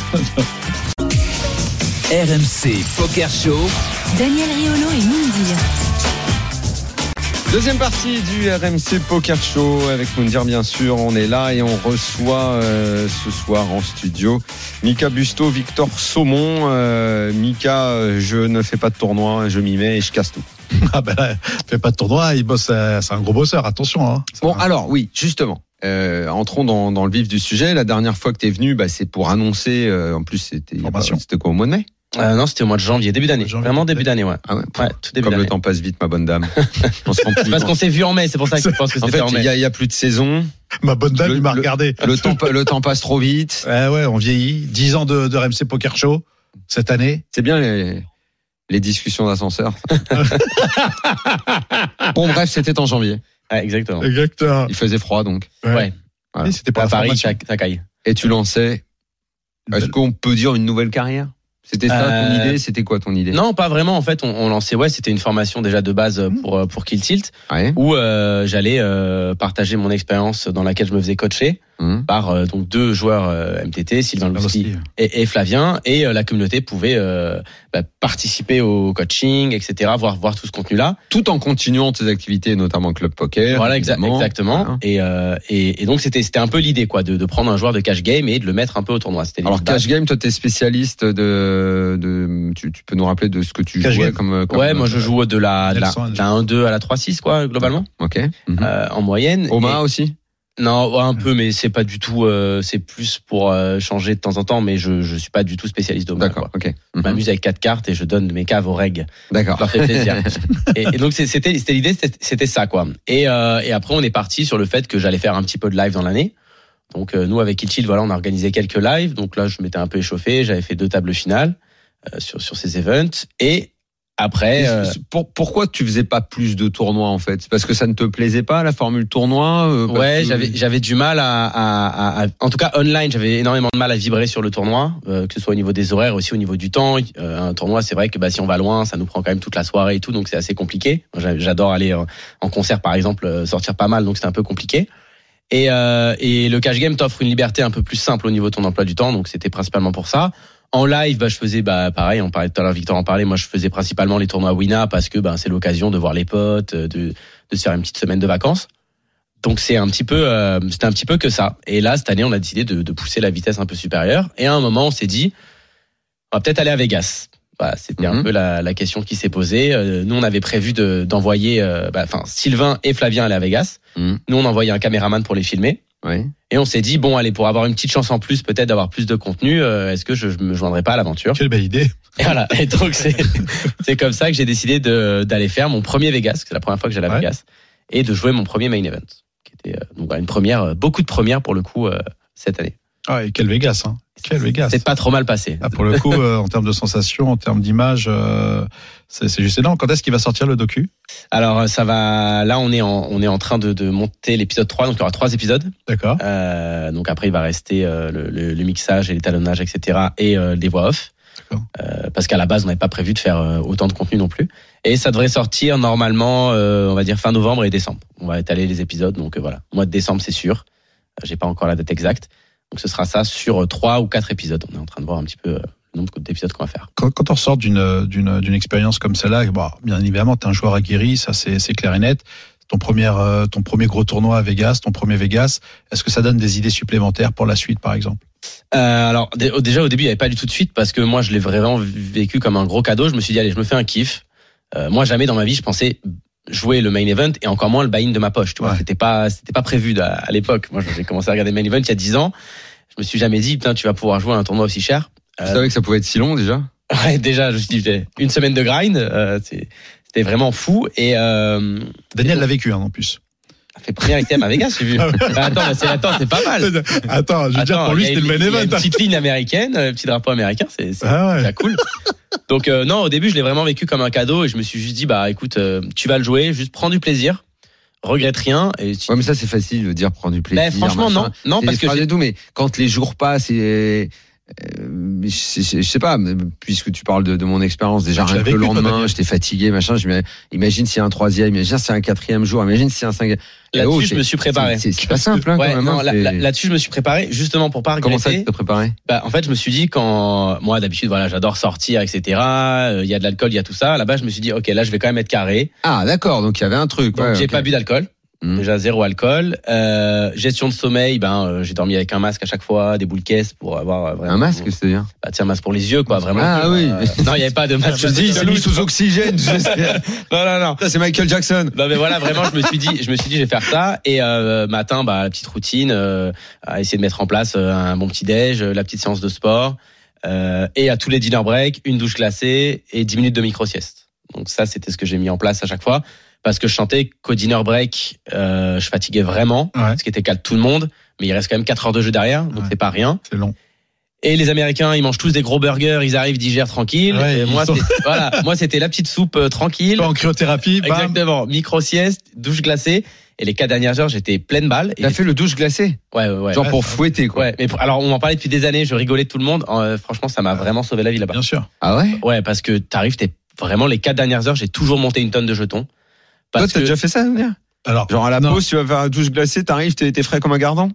S4: R M C Poker Show.
S3: Daniel Riolo et Moundir.
S5: Deuxième partie du R M C Poker Show avec Moundir, bien sûr. On est là et on reçoit euh, ce soir en studio Mika Busto, Victor Saumon. Euh, Mika, euh, je ne fais pas de tournoi, je m'y mets et je casse tout.
S6: Ah ben là, fais pas de tournoi, il bosse, euh, c'est un gros bosseur, attention. Hein.
S5: Bon, alors oui, justement. Euh, entrons dans, dans le vif du sujet. La dernière fois que tu es venu, bah, c'est pour annoncer. Euh, en plus, c'était, il y a pas-
S6: Formation.
S5: c'était quoi, au mois de mai?
S7: Euh, non, c'était au mois de janvier, début d'année.
S6: Janvier,
S7: Vraiment
S6: début
S7: début d'année, ouais.
S5: Ah ouais,
S7: Ouais, tout début
S5: comme le
S7: d'année.
S5: temps passe vite, ma bonne dame. On se rend plus
S7: C'est parce
S5: compte.
S7: qu'on s'est vu en mai, c'est pour ça que je pense que
S5: En
S7: c'était
S5: fait,
S7: en
S5: il
S7: mai.
S5: y a, il y a plus de saison.
S6: Ma bonne dame,
S5: Le-
S6: il m'a
S5: le-
S6: regardé.
S5: Le temps, pa- le temps passe trop vite.
S6: Ouais, ouais, on vieillit. dix ans de, de R M C Poker Show cette année.
S5: C'est bien les, les discussions d'ascenseur. Bon, bref, c'était en janvier.
S7: Ouais, exactement.
S6: Exactement.
S5: Il faisait froid, donc.
S7: Ouais.
S5: Voilà.
S6: Et c'était pas
S7: À
S6: la
S7: Paris,
S6: formation.
S7: ça, ça caille.
S5: Et tu lançais. Est-ce qu'on peut dire une nouvelle carrière? C'était ça ton
S7: Euh,
S5: idée? C'était quoi ton idée?
S7: Non, pas vraiment. En fait, on, on lançait, ouais, c'était une formation déjà de base pour, euh, pour Kill Tilt,
S5: Ouais.
S7: où euh, j'allais euh, partager mon expérience dans laquelle je me faisais coacher.
S5: Mmh.
S7: par euh, donc deux joueurs euh, M T T, Sylvain Louski et, et Flavien, et euh, la communauté pouvait euh, bah, participer au coaching, et cetera, voir voir tout ce contenu-là,
S5: tout en continuant tes activités, notamment club poker.
S7: Voilà, exa- exactement.
S5: Voilà.
S7: Et, euh, et et donc c'était c'était un peu l'idée quoi, de de prendre un joueur de cash game et de le mettre un peu au tournoi. C'était
S5: Alors cash game, toi t'es spécialiste de de tu, tu peux nous rappeler de ce que tu
S6: Cash
S5: jouais
S6: game.
S5: comme, comme
S7: Ouais, moi je joue de la de la,
S6: Nelson,
S7: de la un deux à la trois six quoi globalement.
S5: Ok. Mhm.
S7: Euh, en moyenne.
S5: Omaha
S7: Et-
S5: aussi.
S7: Non, ouais, un peu, mais c'est pas du tout. Euh, c'est plus pour euh, changer de temps en temps, mais je je suis pas du tout spécialiste d'Omaha.
S5: D'accord.
S7: quoi.
S5: Ok.
S7: Je m'amuse avec quatre cartes et je donne mes caves aux règles.
S5: D'accord.
S7: Ça leur fait plaisir. et, et donc c'est- c'était c'était l'idée, c'était, c'était ça quoi. Et euh, et après on est parti sur le fait que j'allais faire un petit peu de live dans l'année. Donc euh, nous avec Killchill, voilà, on a organisé quelques lives. Donc là je m'étais un peu échauffé, j'avais fait deux tables finales euh, sur sur ces events et après. Euh,
S5: Pour, pourquoi tu faisais pas plus de tournois en fait? C'est parce que ça ne te plaisait pas la formule tournoi euh, parce
S7: Ouais,
S5: que-
S7: j'avais j'avais du mal à, à, à, à- en tout cas online, j'avais énormément de mal à vibrer sur le tournoi, euh, que ce soit au niveau des horaires, aussi au niveau du temps. Euh, un tournoi, c'est vrai que bah si on va loin, ça nous prend quand même toute la soirée et tout, donc c'est assez compliqué. Moi, j'a- j'adore aller en, en concert par exemple, euh, sortir pas mal, donc c'est un peu compliqué. Et euh, et le cash game t'offre une liberté un peu plus simple au niveau de ton emploi du temps, donc c'était principalement pour ça. En live, bah, je faisais, bah, pareil, on parlait tout à l'heure, Victor en parlait, moi, je faisais principalement les tournois Wina parce que, bah, c'est l'occasion de voir les potes, de, de se faire une petite semaine de vacances. Donc, c'est un petit peu, euh, c'était un petit peu que ça. Et là, cette année, on a décidé de, de pousser la vitesse un peu supérieure. Et à un moment, on s'est dit, on va peut-être aller à Vegas. Bah, c'était
S5: Mhm.
S7: un peu la, la question qui s'est posée. Euh, nous, on avait prévu de, d'envoyer, euh, bah, enfin, Sylvain et Flavien allaient à Vegas.
S5: Mhm.
S7: Nous, on envoyait un caméraman pour les filmer.
S5: Ouais.
S7: Et on s'est dit, bon, allez, pour avoir une petite chance en plus, peut-être d'avoir plus de contenu, euh, est-ce que je, je me joindrais pas à l'aventure?
S6: Quelle belle idée.
S7: Et voilà. Et donc, c'est, c'est comme ça que j'ai décidé de, d'aller faire mon premier Vegas, c'est la première fois que j'allais à
S6: Ouais.
S7: Vegas, et de jouer mon premier main event, qui était, euh, donc, voilà, une première, euh, beaucoup de premières pour le coup, euh, cette année.
S6: Ah, et quel Vegas, hein. Quel Vegas.
S7: C'est pas trop mal passé.
S6: Ah, pour le coup, euh, en termes de sensations, en termes d'image, euh, c'est, c'est juste énorme. Quand est-ce qu'il va sortir le docu?
S7: Alors, ça va, là, on est en, on est en train de, de monter l'épisode trois, donc il y aura trois épisodes.
S6: D'accord.
S7: Euh, donc après, il va rester euh, le, le, le mixage et l'étalonnage, et cetera, et euh, les voix off.
S6: D'accord.
S7: Euh, parce qu'à la base, on n'avait pas prévu de faire euh, autant de contenu non plus. Et ça devrait sortir normalement, euh, on va dire fin novembre et décembre. On va étaler les épisodes, donc euh, voilà. Mois de décembre, c'est sûr. Euh, j'ai pas encore la date exacte. Donc ce sera ça sur trois ou quatre épisodes. On est en train de voir un petit peu euh, le nombre d'épisodes qu'on va faire.
S6: Quand, quand on ressort d'une, d'une, d'une expérience comme celle-là, bon, bien évidemment, t'es un joueur aguerri, ça c'est, c'est clair et net. Ton premier, euh, ton premier gros tournoi à Vegas, ton premier Vegas, est-ce que ça donne des idées supplémentaires pour la suite, par exemple?
S7: Euh, alors dé- déjà au début, il n'y avait pas du tout de suite parce que moi, je l'ai vraiment vécu comme un gros cadeau. Je me suis dit, allez, je me fais un kiff. Euh, moi, jamais dans ma vie, je pensais jouer le main event et encore moins le buy-in de ma poche. Tu vois,
S6: Ouais.
S7: c'était pas, c'était pas prévu à, à l'époque. Moi, j'ai commencé à regarder le main event il y a dix ans. Je me suis jamais dit, putain, tu vas pouvoir jouer à un tournoi aussi cher.
S5: Tu savais que ça pouvait être si long déjà?
S7: Ouais, déjà, je me suis dit, j'ai une semaine de grind, euh, c'est- c'était vraiment fou. Et euh,
S6: Daniel l'a vécu, hein, en plus.
S7: ça fait premier item à Vegas, j'ai vu. Bah, attends, bah, c'est, attends, c'est pas mal.
S6: Attends, je veux dire,
S7: Attends,
S6: pour lui,
S7: il y a
S6: c'était le
S7: une-
S6: main
S7: il y a
S6: event.
S7: Une petite ligne américaine, un petit drapeau américain, c'est, c'est,
S6: Ah ouais.
S7: c'est cool. Donc euh, non, au début, je l'ai vraiment vécu comme un cadeau et je me suis juste dit, bah écoute, euh, tu vas le jouer, juste prends du plaisir, regrette rien. Et tu-
S5: Ouais, mais ça c'est facile de dire prendre du plaisir.
S7: Ben, franchement,
S5: machin.
S7: non, non,
S5: C'est
S7: parce
S5: des
S7: que
S5: phrases
S7: j'ai-
S5: et tout, mais quand les jours passent et euh, je, je- je sais pas, mais puisque tu parles de, de mon expérience, déjà
S6: Tu
S5: rien
S6: l'as
S5: que le
S6: vécu, toi,
S5: lendemain,
S6: Daniel.
S5: j'étais fatigué, machin. Je me, imagine s'il y a un troisième, imagine s'il y a un quatrième jour, imagine s'il y a un cinquième.
S7: là-dessus,
S5: Oh,
S7: je
S5: c'est-
S7: me suis préparé.
S5: C'est, c'est pas simple, hein,
S7: Ouais,
S5: quand même.
S7: non,
S5: hein,
S7: là-
S5: c'est-
S7: là- là-dessus, je me suis préparé justement pour pas regretter.
S5: Comment ça, tu t'es préparé?
S7: Bah, en fait, je me suis dit quand moi d'habitude, voilà, j'adore sortir, et cetera. Il y a de l'alcool, il y a tout ça. Là-bas, je me suis dit, ok, là, je vais quand même être carré.
S5: Ah, d'accord. Donc il y avait un truc.
S7: Donc
S5: ouais,
S7: j'ai
S5: ok.
S7: pas bu d'alcool.
S5: Mhm.
S7: Déjà zéro alcool. Euh, gestion de sommeil, ben euh, j'ai dormi avec un masque à chaque fois, des boules caisses pour avoir euh, vraiment
S5: Un masque, c'est-à-dire?
S7: bah, tiens, un masque pour les yeux, quoi, vraiment.
S5: Ah oui.
S7: Euh, non, il y avait pas de masque.
S5: Je te dis, il s'est mis sous oxygène. je sais.
S7: Non, non, non.
S5: Ça, c'est Michael Jackson.
S7: Non mais voilà, vraiment, je me suis dit, je me suis dit, je vais faire ça. Et euh, matin, bah la petite routine, euh, à essayer de mettre en place euh, un bon petit déj, euh, la petite séance de sport, euh, et à tous les dinner breaks, une douche glacée et dix minutes de micro sieste. Donc ça, c'était ce que j'ai mis en place à chaque fois, parce que je sentais qu'au dinner break, euh, je fatiguais vraiment,
S6: Ouais.
S7: ce qui était le cas de tout le monde. Mais il reste quand même quatre heures de jeu derrière, donc
S6: Ouais.
S7: c'est pas rien.
S6: C'est long.
S7: Et les Américains, ils mangent tous des gros burgers, ils arrivent, digèrent tranquille.
S6: Ouais,
S7: Et
S6: ils
S7: moi,
S6: sont-
S7: c'était, voilà, moi, c'était la petite soupe euh, tranquille.
S6: Pas en cryothérapie, bam.
S7: Exactement. Micro sieste, douche glacée. Et les quatre dernières heures, j'étais pleine balle. Et
S5: T'as fait le douche glacé.
S7: ouais, ouais, ouais.
S5: Genre
S6: Ouais,
S5: pour
S6: ça-
S5: fouetter, quoi.
S7: Ouais, mais pour- alors on en parlait depuis des années, je rigolais de tout le monde. Euh, franchement, ça m'a vraiment sauvé la vie là-bas.
S6: Bien sûr.
S5: Ah ouais?
S7: Ouais, parce que t'arrives, t'es vraiment les quatre dernières heures, j'ai toujours monté une tonne de jetons.
S5: Toi,
S7: Parce
S5: t'as
S7: que
S5: déjà fait ça, Damien?
S6: Alors,
S5: Genre à la
S6: non.
S5: pause, tu vas faire la douche glacée, t'arrives, t'es, t'es frais comme un gardon?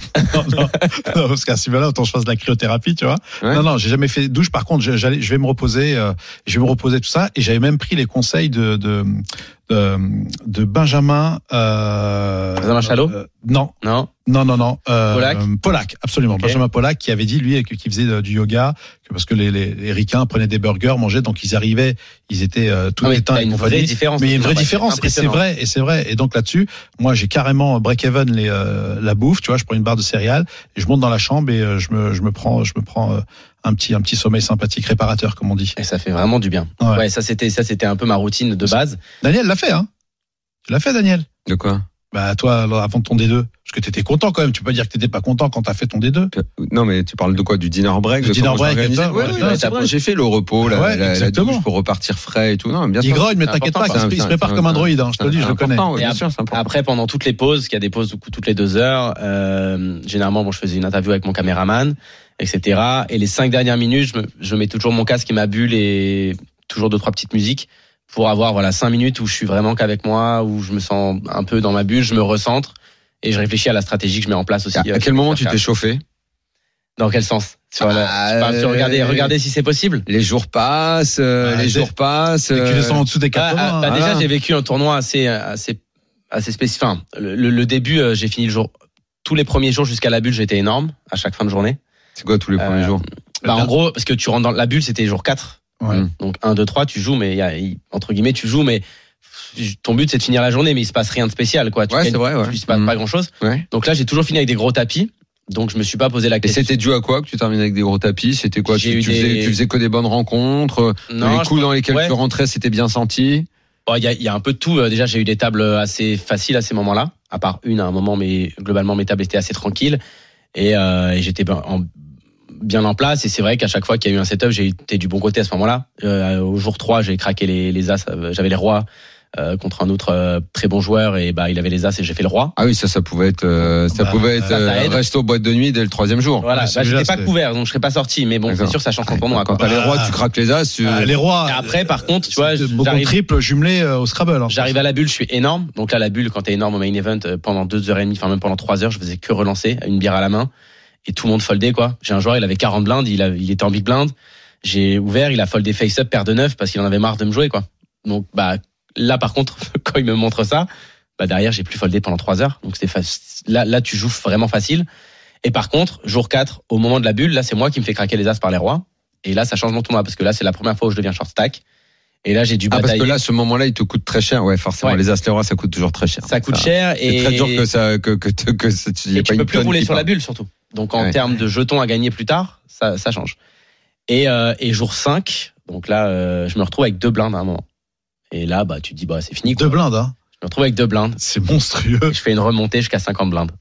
S6: non, non, non, parce qu'à ce moment-là, autant je fasse de la cryothérapie, tu vois. Ouais. Non, non, j'ai jamais fait de douche. Par contre, j'allais, je vais me reposer, euh, je vais me reposer tout ça. Et j'avais même pris les conseils de de de, de Benjamin. Euh,
S7: Benjamin Chalot.
S6: Euh, non,
S7: non,
S6: non, non, non. Euh,
S7: Pollack.
S6: Pollack, absolument. Okay. Benjamin Pollack, qui avait dit lui, qui faisait du yoga, que parce que les les, les ricains prenaient des burgers, mangeaient, donc ils arrivaient, ils étaient euh, tout
S7: ah,
S6: éteints.
S7: Il y a une vraie différence.
S6: Mais il y a une vraie différence. Et c'est vrai, et c'est vrai. Et donc là-dessus, moi, j'ai carrément break-even les euh, la bouffe. Tu vois, je prends une barre de céréales, et je monte dans la chambre et euh, je me je me prends je me prends euh, un petit un petit sommeil sympathique réparateur, comme on dit.
S7: Et ça fait vraiment du bien. Ouais, ouais ça c'était ça c'était un peu ma routine de base.
S6: Daniel l'a fait, hein. Tu l'as fait, Daniel.
S5: De quoi?
S6: Bah toi, avant ton D deux, parce que t'étais content quand même. Tu peux pas dire que t'étais pas content quand t'as fait ton D deux.
S5: Non, mais tu parles de quoi? Du dinner break?
S6: Le dinner break.
S5: Ouais, ouais, ouais, c'est vrai. J'ai fait le repos, la,
S6: ouais,
S5: la, la douche pour repartir frais et tout. Non, bien
S6: il grogne, mais t'inquiète pas, il se prépare comme un droïde. Hein, je te le dis, je le connais.
S5: Ouais, bien sûr,
S7: après, pendant toutes les pauses, qu'il y a des pauses toutes les deux heures, euh, généralement, bon, je faisais une interview avec mon caméraman, et cetera. Et les cinq dernières minutes, je, me, je mets toujours mon casque et ma bulle et toujours deux trois petites musiques, pour avoir voilà cinq minutes où je suis vraiment qu'avec moi, où je me sens un peu dans ma bulle, je me recentre et je réfléchis à la stratégie que je mets en place aussi.
S5: À, à quel moment tu t'es chauffé?
S7: Dans quel sens? Sur
S5: ah,
S7: la, euh, sur regarder, regarder si c'est possible.
S5: Les jours passent, euh,
S6: ah,
S5: les jours passent.
S6: Euh... Tu descends en dessous des quatre-vingts.
S7: Ah, bah, déjà, j'ai vécu un tournoi assez, assez, assez spécifique. Enfin, le, le, le début, euh, j'ai fini le jour. Tous les premiers jours jusqu'à la bulle, j'étais énorme à chaque fin de journée.
S5: C'est quoi tous les premiers euh, jours?
S7: Bah, en gros, parce que tu rentres dans la bulle, c'était jour quatre.
S6: Ouais.
S7: Donc un, deux, trois, tu joues, mais il y a, entre guillemets, tu joues, mais ton but c'est de finir la journée, mais il se passe rien de spécial, quoi. Tu
S5: ouais,
S7: gagnes,
S5: c'est vrai, ouais.
S7: Il se passe mmh. pas grand chose.
S5: Ouais.
S7: Donc là, j'ai toujours fini avec des gros tapis. Donc je me suis pas posé la question.
S5: Et c'était dû à quoi que tu termines avec des gros tapis? C'était quoi? Tu, tu,
S7: des...
S5: faisais, tu faisais que des bonnes rencontres? Non, les coups dans lesquels ouais. tu rentrais, c'était bien senti?
S7: Il bon, y, a, y a un peu de tout. Déjà, j'ai eu des tables assez faciles à ces moments-là, à part une à un moment, mais globalement mes tables étaient assez tranquilles et, euh, et j'étais en bien en place, et c'est vrai qu'à chaque fois qu'il y a eu un setup, j'ai été du bon côté à ce moment-là. Euh, au jour trois, j'ai craqué les, les as, j'avais les rois euh, contre un autre euh, très bon joueur, et bah il avait les as et j'ai fait le roi.
S5: Ah oui, ça ça pouvait être euh, ça bah, pouvait être euh, resto boîte de nuit dès le troisième jour.
S7: Voilà, bah, j'étais pas couvert, donc je serais pas sorti, mais bon, D'accord. c'est sûr ça change ton tournoi.
S5: Quand t'as les rois, tu craques les as. Tu...
S6: Ah, les rois.
S7: Et après, par contre, tu vois,
S6: j'arrive triple jumelé au Scrabble. Hein,
S7: j'arrive à la bulle, je suis énorme. Donc là, la bulle, quand t'es énorme au main event, pendant deux heures et demie, enfin même pendant trois heures, je faisais que relancer, une bière à la main. Et tout le monde foldait, quoi. J'ai un joueur, il avait quarante blindes, il, a, il était en big blind. J'ai ouvert, il a foldé face-up, paire de neuf, parce qu'il en avait marre de me jouer, quoi. Donc, bah, là, par contre, quand il me montre ça, bah, derrière, j'ai plus foldé pendant trois heures. Donc, c'était facile. Là, là, tu joues vraiment facile. Et par contre, jour quatre, au moment de la bulle, là, c'est moi qui me fais craquer les as par les rois. Et là, ça change mon tournoi, parce que là, c'est la première fois où je deviens short stack. Et là, j'ai dû batailler.
S5: Ah, parce que là, ce moment-là, il te coûte très cher. Ouais, forcément. Ouais. Les as, les rois, ça coûte toujours très cher.
S7: Ça coûte ça, cher et.
S5: C'est très dur que ça, que, que, que, que ça,
S7: tu, et tu peux plus rouler sur la bulle, surtout. Donc, en ouais. termes de jetons à gagner plus tard, ça, ça change. Et, euh, et jour cinq, donc là, euh, je me retrouve avec deux blindes à un moment. Et là, bah, tu te dis, bah, c'est fini, quoi.
S6: Deux blindes, hein.
S7: Je me retrouve avec deux blindes.
S6: C'est monstrueux.
S7: Je fais une remontée jusqu'à cinquante blindes.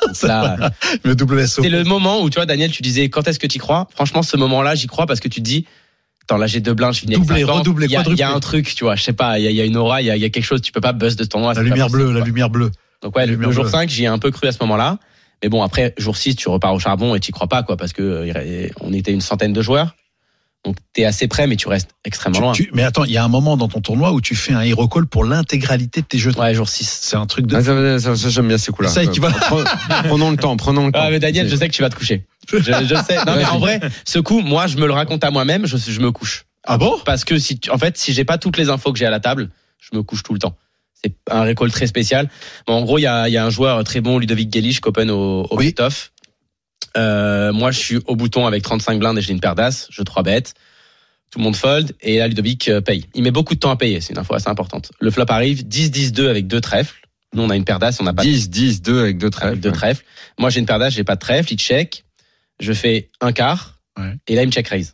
S7: Là,
S6: le W S O.
S7: C'est le moment où, tu vois, Daniel, tu disais, quand est-ce que tu y crois? Franchement, ce moment-là, j'y crois parce que tu te dis, attends, là, j'ai deux blindes, je finis avec
S6: Doublé, redoubler,
S7: il y a, il y a un truc, tu vois, je sais pas, il y a, il y a une aura, il y a, il y a quelque chose, tu peux pas buzz de ce tournoi.
S6: La lumière bleue, la lumière bleue.
S7: Donc, ouais, le, le jour cinq, j'y ai un peu cru à ce moment-là. Mais bon, après, jour six, tu repars au charbon et tu y crois pas, quoi, parce que euh, on était une centaine de joueurs. Donc, t'es assez prêt, mais tu restes extrêmement
S6: tu,
S7: loin.
S6: Tu, mais attends, il y a un moment dans ton tournoi où tu fais un hero call pour l'intégralité de tes jetons.
S7: Ouais, jour six.
S6: C'est un truc de.
S5: Ah, ça, ça, ça, j'aime bien ces coups-là.
S6: Ça équivaut.
S5: Prenons le temps, prenons le temps.
S7: Ah, mais Daniel, je sais que tu vas te coucher. Je, je sais. Non, mais en vrai, ce coup, moi, je me le raconte à moi-même, je, je me couche.
S6: Ah bon?
S7: Parce que si, tu, en fait, si j'ai pas toutes les infos que j'ai à la table, je me couche tout le temps. C'est un recall très spécial. Bon, en gros, il y a, y a un joueur très bon, Ludovic Gelish, qu'open au, au oui. Cut-off. Euh, moi, je suis au bouton avec trente-cinq blindes et j'ai une paire d'as. Je trois bêtes. Tout le monde fold. Et là, Ludovic paye. Il met beaucoup de temps à payer. C'est une info assez importante. Le flop arrive. dix dix deux avec deux trèfles. Nous, on a une paire d'as. On n'a pas
S5: dix dix deux avec deux trèfles.
S7: Avec deux trèfles. Moi, j'ai une paire d'as. J'ai pas de trèfle. Il check. Je fais un quart.
S6: Ouais.
S7: Et là, il me check raise.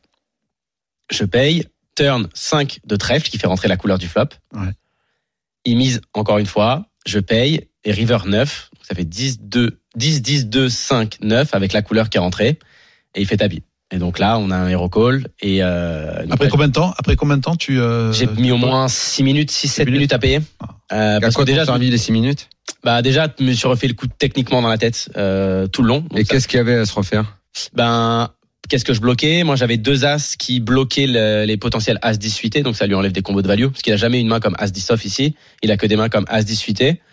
S7: Je paye. Turn cinq de trèfle qui fait rentrer la couleur du flop.
S6: Ouais.
S7: Il mise encore une fois, je paye, et river neuf, ça fait dix deux, dix dix deux cinq neuf avec la couleur qui est rentrée, et il fait tapis. Et donc là, on a un hero call. Et euh,
S6: après, là, combien de temps, après combien de temps tu euh,
S7: j'ai mis au moins six minutes, six sept minutes à payer.
S5: Ah. Euh, parce à quoi que déjà servi les six minutes?
S7: Bah déjà, je me suis refait le coup techniquement dans la tête euh, tout le long.
S5: Donc et ça, qu'est-ce qu'il y avait à se refaire?
S7: Ben qu'est-ce que je bloquais? Moi, j'avais deux as qui bloquaient le, les potentiels as dix suité, donc ça lui enlève des combos de value, parce qu'il a jamais une main comme as dix off ici. Il a que des mains comme as dix suité.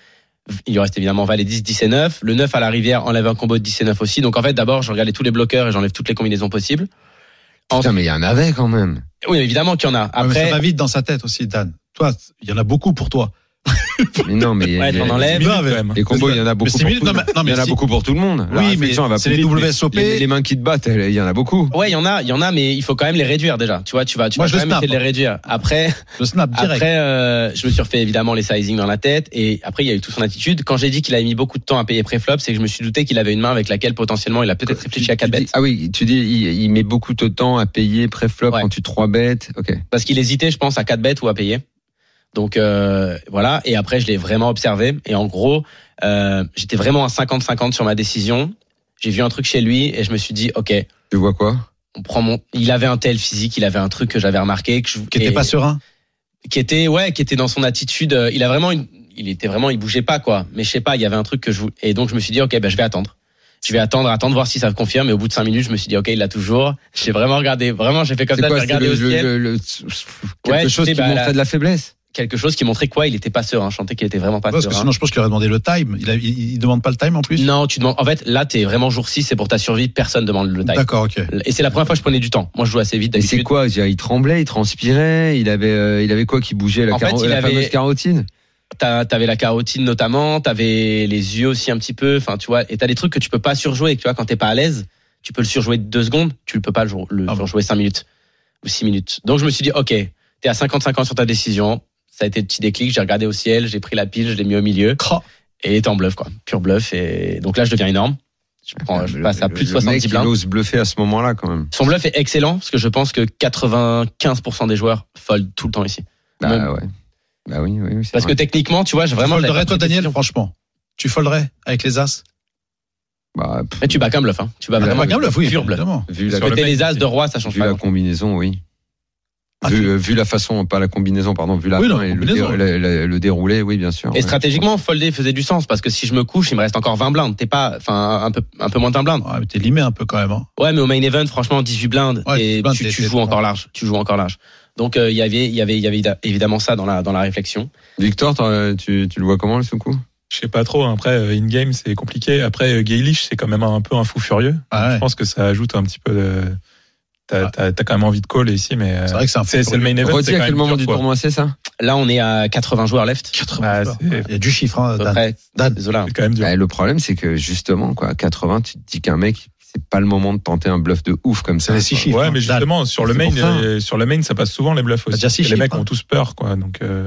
S7: Il lui reste évidemment valet dix, dix et neuf. Le neuf à la rivière enlève un combo de dix et neuf aussi. Donc en fait, d'abord, je regardais tous les bloqueurs et j'enlève toutes les combinaisons possibles.
S5: Putain, mais il y en avait quand même.
S7: Oui, évidemment qu'il y en a.
S6: Ouais, mais
S7: Après,
S6: ça va vite dans sa tête aussi, Dan. Toi, il y en a beaucoup pour toi.
S5: Mais non, mais
S7: ouais,
S5: il y a-
S7: t'en enlèves.
S8: Minutes,
S6: Non, mais-
S8: quand même.
S5: les combos, il y en a beaucoup.
S6: six
S5: Pour
S6: minutes,
S5: tout le
S6: non,
S5: monde.
S6: mais- non, mais
S5: il y en a
S6: si-
S5: beaucoup pour tout le monde. La
S6: Oui, mais
S5: réflexion, elle va
S6: c'est
S5: plus
S6: les
S5: vite, mais
S6: W S O P.
S5: Les, les mains qui te battent, il y en a beaucoup.
S7: Ouais, il y en a, il y en a, mais il faut quand même les réduire déjà. Tu vois, tu vas, tu
S6: Moi,
S7: vas
S6: je
S7: quand même
S6: snap.
S7: essayer de les réduire. Après,
S6: Le snap direct.
S7: après, euh, je me suis refait évidemment les sizing dans la tête, et après il y a eu toute son attitude. Quand j'ai dit qu'il avait mis beaucoup de temps à payer préflop, c'est que je me suis douté qu'il avait une main avec laquelle potentiellement il a peut-être réfléchi à quatre
S5: Tu dis-
S7: bêtes,
S5: Ah oui, tu dis, il, il met beaucoup de temps à payer pré-flop
S7: Ouais.
S5: quand tu trois bêtes. Ok.
S7: parce qu'il hésitait, je pense, à quatre bêtes ou à payer. Donc euh, voilà. Et après, je l'ai vraiment observé. Et en gros, euh, j'étais vraiment à cinquante cinquante sur ma décision. J'ai vu un truc chez lui et je me suis dit, ok,
S5: Tu vois quoi?
S7: on prend mon. Il avait un tel physique, il avait un truc que j'avais remarqué, que je...
S6: Qui était
S7: et-
S6: pas serein.
S7: qui était ouais, qui était dans son attitude. euh, Il a vraiment, une... il était vraiment, il bougeait pas quoi. Mais je sais pas, il y avait un truc que je. vou- Et donc je me suis dit, ok, ben je vais attendre. Je vais attendre, attendre, voir si ça se confirme. Et au bout de cinq minutes, je me suis dit, ok, il l'a toujours. J'ai vraiment regardé, vraiment, j'ai fait comme
S5: C'est
S7: ça,
S5: quoi?
S7: j'ai
S5: C'est
S7: regardé
S5: le,
S7: au ciel.
S5: le- le- le- quelque
S7: Ouais, tu
S5: chose
S7: sais,
S5: qui
S7: bah,
S5: montrait
S7: la-
S5: de la faiblesse.
S7: Quelque chose qui montrait quoi, il était pas serein. Je sentais qu'il était vraiment pas
S6: Parce que
S7: serein.
S6: sinon, je pense qu'il aurait demandé le time. Il, a, il, il demande pas le time en plus.
S7: Non, tu demandes. En fait, là, t'es vraiment jour six, c'est pour ta survie. Personne demande le time.
S6: D'accord, ok.
S7: Et c'est la première fois que je prenais du temps. Moi, je joue assez vite
S5: Mais c'est
S7: d'habitude.
S5: quoi? Je veux dire, il tremblait, il transpirait, il avait, euh, il avait quoi qui bougeait? La,
S7: En fait,
S5: caro-
S7: il
S5: la
S7: avait-
S5: fameuse carotide?
S7: T'as- T'avais la carotide notamment, t'avais les yeux aussi un petit peu. Enfin, tu vois, et t'as des trucs que tu peux pas surjouer. Tu vois, quand t'es pas à l'aise, tu peux le surjouer deux secondes, tu le peux pas le, jour- le
S6: Ah bon.
S7: surjouer cinq minutes ou six minutes. Donc je me suis dit, ok, t'es à cinquante cinquante sur ta décision. Ça a été le petit déclic. J'ai regardé au ciel, j'ai pris la pile, je l'ai mis au milieu
S6: Cra.
S7: et il était en bluff quoi, pur bluff. Et donc là, je deviens énorme. Je, prends, je
S5: Le-
S7: passe à
S5: le-
S7: plus de
S5: le mec,
S7: soixante-dix
S5: il
S7: blindes.
S5: ose bluffer à ce moment-là, quand même.
S7: Son bluff est excellent parce que je pense que quatre-vingt-quinze pour cent des joueurs fold tout le temps ici.
S5: Bah
S7: Même-
S5: ouais. Bah oui, oui, oui. c'est
S7: Parce
S5: vrai.
S7: que techniquement, tu vois, j'ai
S6: Tu
S7: vraiment.
S6: folderais,
S7: j'avais
S6: toi,
S7: pas pris de
S6: Daniel,
S7: décision.
S6: franchement. Tu folderais avec les as.
S5: Bah, pff,
S7: Mais tu bats qu'un bluff, hein. Tu bats
S5: Bah,
S7: vraiment
S6: Pas qu'un bluff, oui,
S7: pur bluff.
S6: évidemment.
S5: vu la,
S8: Sur le
S7: Mettez
S8: main,
S7: les as de roi, ça change
S5: vu
S7: pas.
S5: la combinaison, oui.
S6: Ah,
S5: vu,
S6: tu-
S5: euh, vu la façon, pas la combinaison, pardon, vu la
S6: Oui,
S5: fin
S6: la
S5: et le,
S6: combinaison.
S5: dé- le- le- le déroulé, oui, bien sûr.
S7: Et
S5: ouais.
S7: stratégiquement, folder faisait du sens parce que si je me couche, il me reste encore vingt blindes. T'es pas, enfin, un peu, un peu moins de vingt blindes.
S6: Ouais, mais t'es limé un peu quand même. Hein.
S7: Ouais, mais au main event, franchement, dix-huit blindes
S6: Ouais,
S7: et
S6: dix-huit blindes,
S7: tu,
S6: t'es-
S7: tu
S6: t'es
S7: joues
S6: bon.
S7: encore large. Tu joues encore large. Donc, euh, il y avait, il y avait, il y avait évidemment ça dans la, dans la réflexion.
S5: Victor, t'en- tu, tu le vois comment, le Soukou?
S8: Je sais pas trop. Après, euh, in-game, c'est compliqué. Après, euh, Grealish, c'est quand même un peu un fou furieux.
S6: Ah ouais.
S8: Je pense que ça ajoute un petit peu de. T'as,
S6: Ah.
S8: t'as, t'as quand même envie de call ici, mais. euh,
S6: C'est vrai que c'est un
S8: c'est, c'est le main event.
S5: Redis
S8: c'est
S5: à
S8: quand
S5: quel
S8: même
S5: moment
S8: dur,
S5: du
S8: quoi.
S5: tournoi c'est ça?
S7: Là, on est à quatre-vingts joueurs left.
S8: Ah,
S6: joueurs.
S8: c'est,
S6: Il y a du chiffre, hein,
S7: À peu
S6: Dan.
S7: près.
S6: Dan.
S7: Désolé. hein.
S8: c'est quand même dur.
S5: Bah, le problème, c'est que justement, quoi, à quatre-vingts, tu te dis qu'un mec, c'est pas le moment de tenter un bluff de ouf comme ça.
S6: C'est les six
S5: quoi.
S6: chiffres.
S8: Ouais,
S6: hein.
S8: mais
S6: Dan.
S8: justement, sur le
S5: C'est
S8: main,
S5: pour ça.
S8: euh, sur le main, ça passe souvent les bluffs aussi.
S6: déjà six
S8: les mecs
S6: chiffres,
S8: ont
S6: hein.
S8: tous peur, quoi. Donc, euh,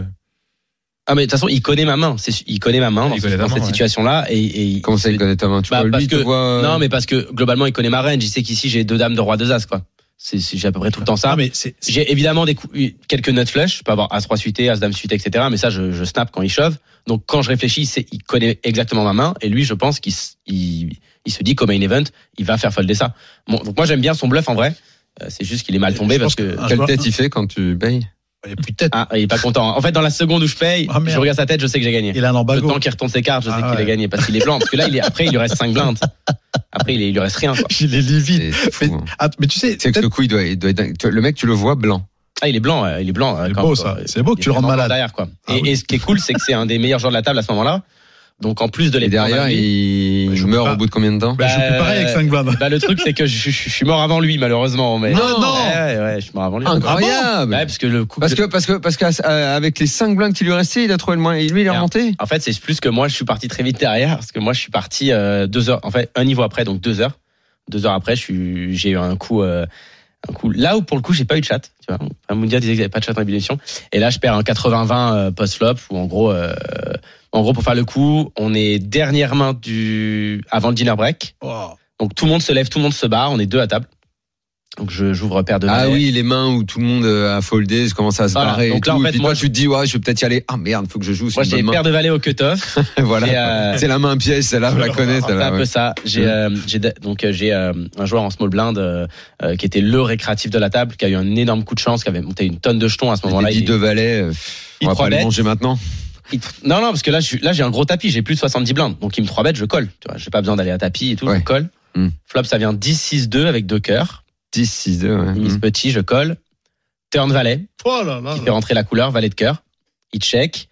S7: Ah, mais de toute façon, il connaît ma main. C'est, il connaît ma main dans,
S8: Il
S7: ce-
S8: connaît ta
S7: dans
S8: main,
S7: cette
S8: ouais.
S7: situation-là. Et, et il-
S5: Comment ça, il connaît ta main? Tu
S7: Bah,
S5: vois,
S7: parce
S5: lui, te
S7: que-
S5: voit, euh,
S7: Non, mais parce que globalement, il connaît ma range. Il sait qu'ici, j'ai deux dames de roi, deux as, quoi. C'est, c'est- j'ai à peu près tout le temps ça.
S6: Ah, mais c'est, c'est-
S7: J'ai évidemment des coups, quelques nuts flush. Je peux avoir as trois suité, as dame suité, et cetera. Mais ça, je, je snap quand il shove. Donc, quand je réfléchis, il, sait- il connaît exactement ma main. Et lui, je pense qu'il s- il, il se dit qu'au main event, il va faire folder ça. Bon, donc moi, j'aime bien son bluff en vrai. Euh, C'est juste qu'il est mal tombé
S6: Je
S7: parce
S6: pense
S7: que.
S6: que- un
S5: Quelle
S6: joueur-
S5: tête il fait quand tu payes?
S6: il n'y a plus de tête.
S7: Ah, il est pas content. En fait, dans la seconde où je paye,
S6: Ah, merde.
S7: je regarde sa tête, je sais que j'ai gagné.
S6: Il a un
S7: Le
S6: embargo.
S7: temps qu'il retourne ses cartes, je sais
S6: Ah,
S7: qu'il
S6: ouais.
S7: a gagné parce qu'il est blanc. Parce que là, il est, après, il lui reste cinq blindes. Après, il, est, il lui reste rien, quoi.
S6: Il est livide.
S5: C'est fou, hein.
S6: Ah, mais tu sais,
S5: C'est que
S6: peut-être-
S5: ce coup, il doit, il doit être dingue. Tu- Le mec, tu le vois blanc.
S7: Ah, il est blanc, euh, il est blanc. euh,
S6: C'est
S7: quand
S6: beau,
S7: même,
S6: ça.
S7: quoi.
S6: C'est beau que
S7: Il
S6: tu
S7: est
S6: le rendes
S7: vraiment
S6: malade.
S7: derrière, quoi.
S6: Ah
S7: et,
S6: oui.
S7: et ce qui est cool, c'est que c'est un des meilleurs joueurs de la table à ce moment-là. Donc, en plus de les
S5: Et derrière,
S7: prendre à lui,
S5: il
S6: Je joue
S5: meurt
S6: pas.
S5: au bout de combien de temps?
S6: Bah, je joue plus pareil avec cinq blindes.
S7: bah, le truc, c'est que je, je- je suis mort avant lui, malheureusement. Mais...
S6: Non, non.
S7: Ouais, ouais, je suis mort avant lui.
S5: Incroyable!
S7: Ouais, parce que le coup.
S5: Parce que, parce que, parce qu'avec les cinq blindes qui lui restaient, il a trouvé le moyen. Et lui, il est
S7: Merde.
S5: remonté.
S7: En fait, c'est plus que moi, je suis parti très vite derrière, parce que moi, je suis parti euh, deux heures. En fait, un niveau après, donc deux heures. Deux heures après, je suis, j'ai eu un coup, euh, un coup. Là où pour le coup, j'ai pas eu de chat. Tu vois, enfin, Moundia disait qu'il n'y avait pas de chat en ébullition. Et là, je perds un quatre-vingts vingt euh, post flop, où en gros, euh, en gros, pour faire le coup, on est dernière main du avant le dinner break.
S6: Oh.
S7: Donc tout le monde se lève, tout le monde se barre. On est deux à table. Donc je j'ouvre paire de
S5: Ah
S7: valets.
S5: oui, les mains où tout le monde a foldé, commence à se
S7: Voilà.
S5: barrer.
S7: Donc
S5: et
S7: là,
S5: tout.
S7: en fait,
S5: Et puis
S7: moi,
S5: toi, tu te dis, ouais, je vais peut-être y aller. Ah merde, faut que je joue. C'est
S7: Moi,
S5: une
S7: j'ai
S5: bonne
S7: paire de valets au cutoff.
S5: main. Voilà.
S7: j'ai, euh,
S5: C'est la main piège, celle-là, je la connais.
S7: C'est
S5: celle-là,
S7: un
S5: ouais.
S7: peu ça. J'ai, euh, j'ai donc euh, j'ai euh, un joueur en small blind euh, euh, qui était le récréatif de la table, qui a eu un énorme coup de chance, qui avait monté une tonne de jetons à ce moment-là.
S5: Les dix
S7: Il-
S5: de valets, euh, pff,
S7: il
S5: on va
S7: trois
S5: pas les
S7: bêtes.
S5: manger maintenant.
S7: il- Non, non, parce que là, je suis- là, j'ai un gros tapis, j'ai plus de soixante-dix blindes, donc il me trois bêtes, je colle. Tu vois, j'ai pas besoin d'aller à tapis et tout,
S5: Ouais.
S7: je colle.
S5: Hmm.
S7: Flop, ça vient dix six deux avec deux cœurs.
S5: dix six deux, ouais.
S7: Mise
S5: Mm.
S7: petit, je colle. Turn valet,
S6: Oh là là.
S7: qui fait rentrer la couleur, valet de cœur. Il check.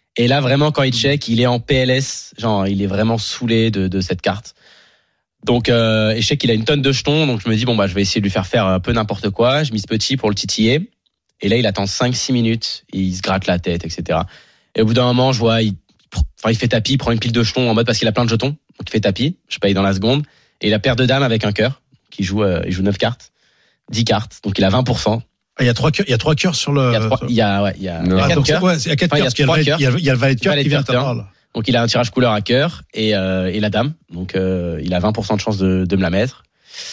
S7: Et là, vraiment, quand il check, il est en P L S. Genre, il est vraiment saoulé de, de cette carte. Donc, euh, et je sais qu'il a une tonne de jetons. Donc, je me dis, bon, bah, je vais essayer de lui faire faire un peu n'importe quoi. Je mise petit pour le titiller. Et là, il attend cinq six minutes. Et il se gratte la tête, et cetera. Et au bout d'un moment, je vois, il, enfin, il fait tapis, il prend une pile de jetons en mode parce qu'il a plein de jetons. Donc, il fait tapis. Je paye dans la seconde. Et il a paire de dames avec un cœur. Qui joue, euh, il joue neuf cartes. dix cartes. Donc, il a vingt pour cent.
S6: Il y a trois cœurs, il y a trois cœurs sur le.
S7: Il y a trois, il y a, ouais, il y a, il y a
S6: Ah,
S7: quatre
S6: donc,
S7: cœurs.
S6: ouais, il y a quatre
S7: Enfin, il y a
S6: cœurs, parce qu'il y a
S7: trois
S6: le valet-
S7: cœurs.
S6: il y a le- il y a le valet de cœur
S7: Valet
S6: qui
S7: de
S6: vient
S7: cœur.
S6: t'avoir, là.
S7: Donc il a un tirage couleur à cœur et, euh, et la dame. Donc euh, il a vingt pour cent de chance de, de me la mettre.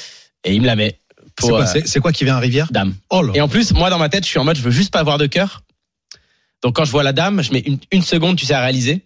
S7: Et il me la met. Pour,
S6: C'est quoi,
S7: euh,
S6: c'est, c'est quoi qui vient à Rivière?
S7: dame.
S6: Oh là.
S7: Et en plus, moi dans ma tête, je suis en mode, je veux juste pas avoir de cœur. Donc quand je vois la dame, je mets une, une seconde, tu sais, à réaliser.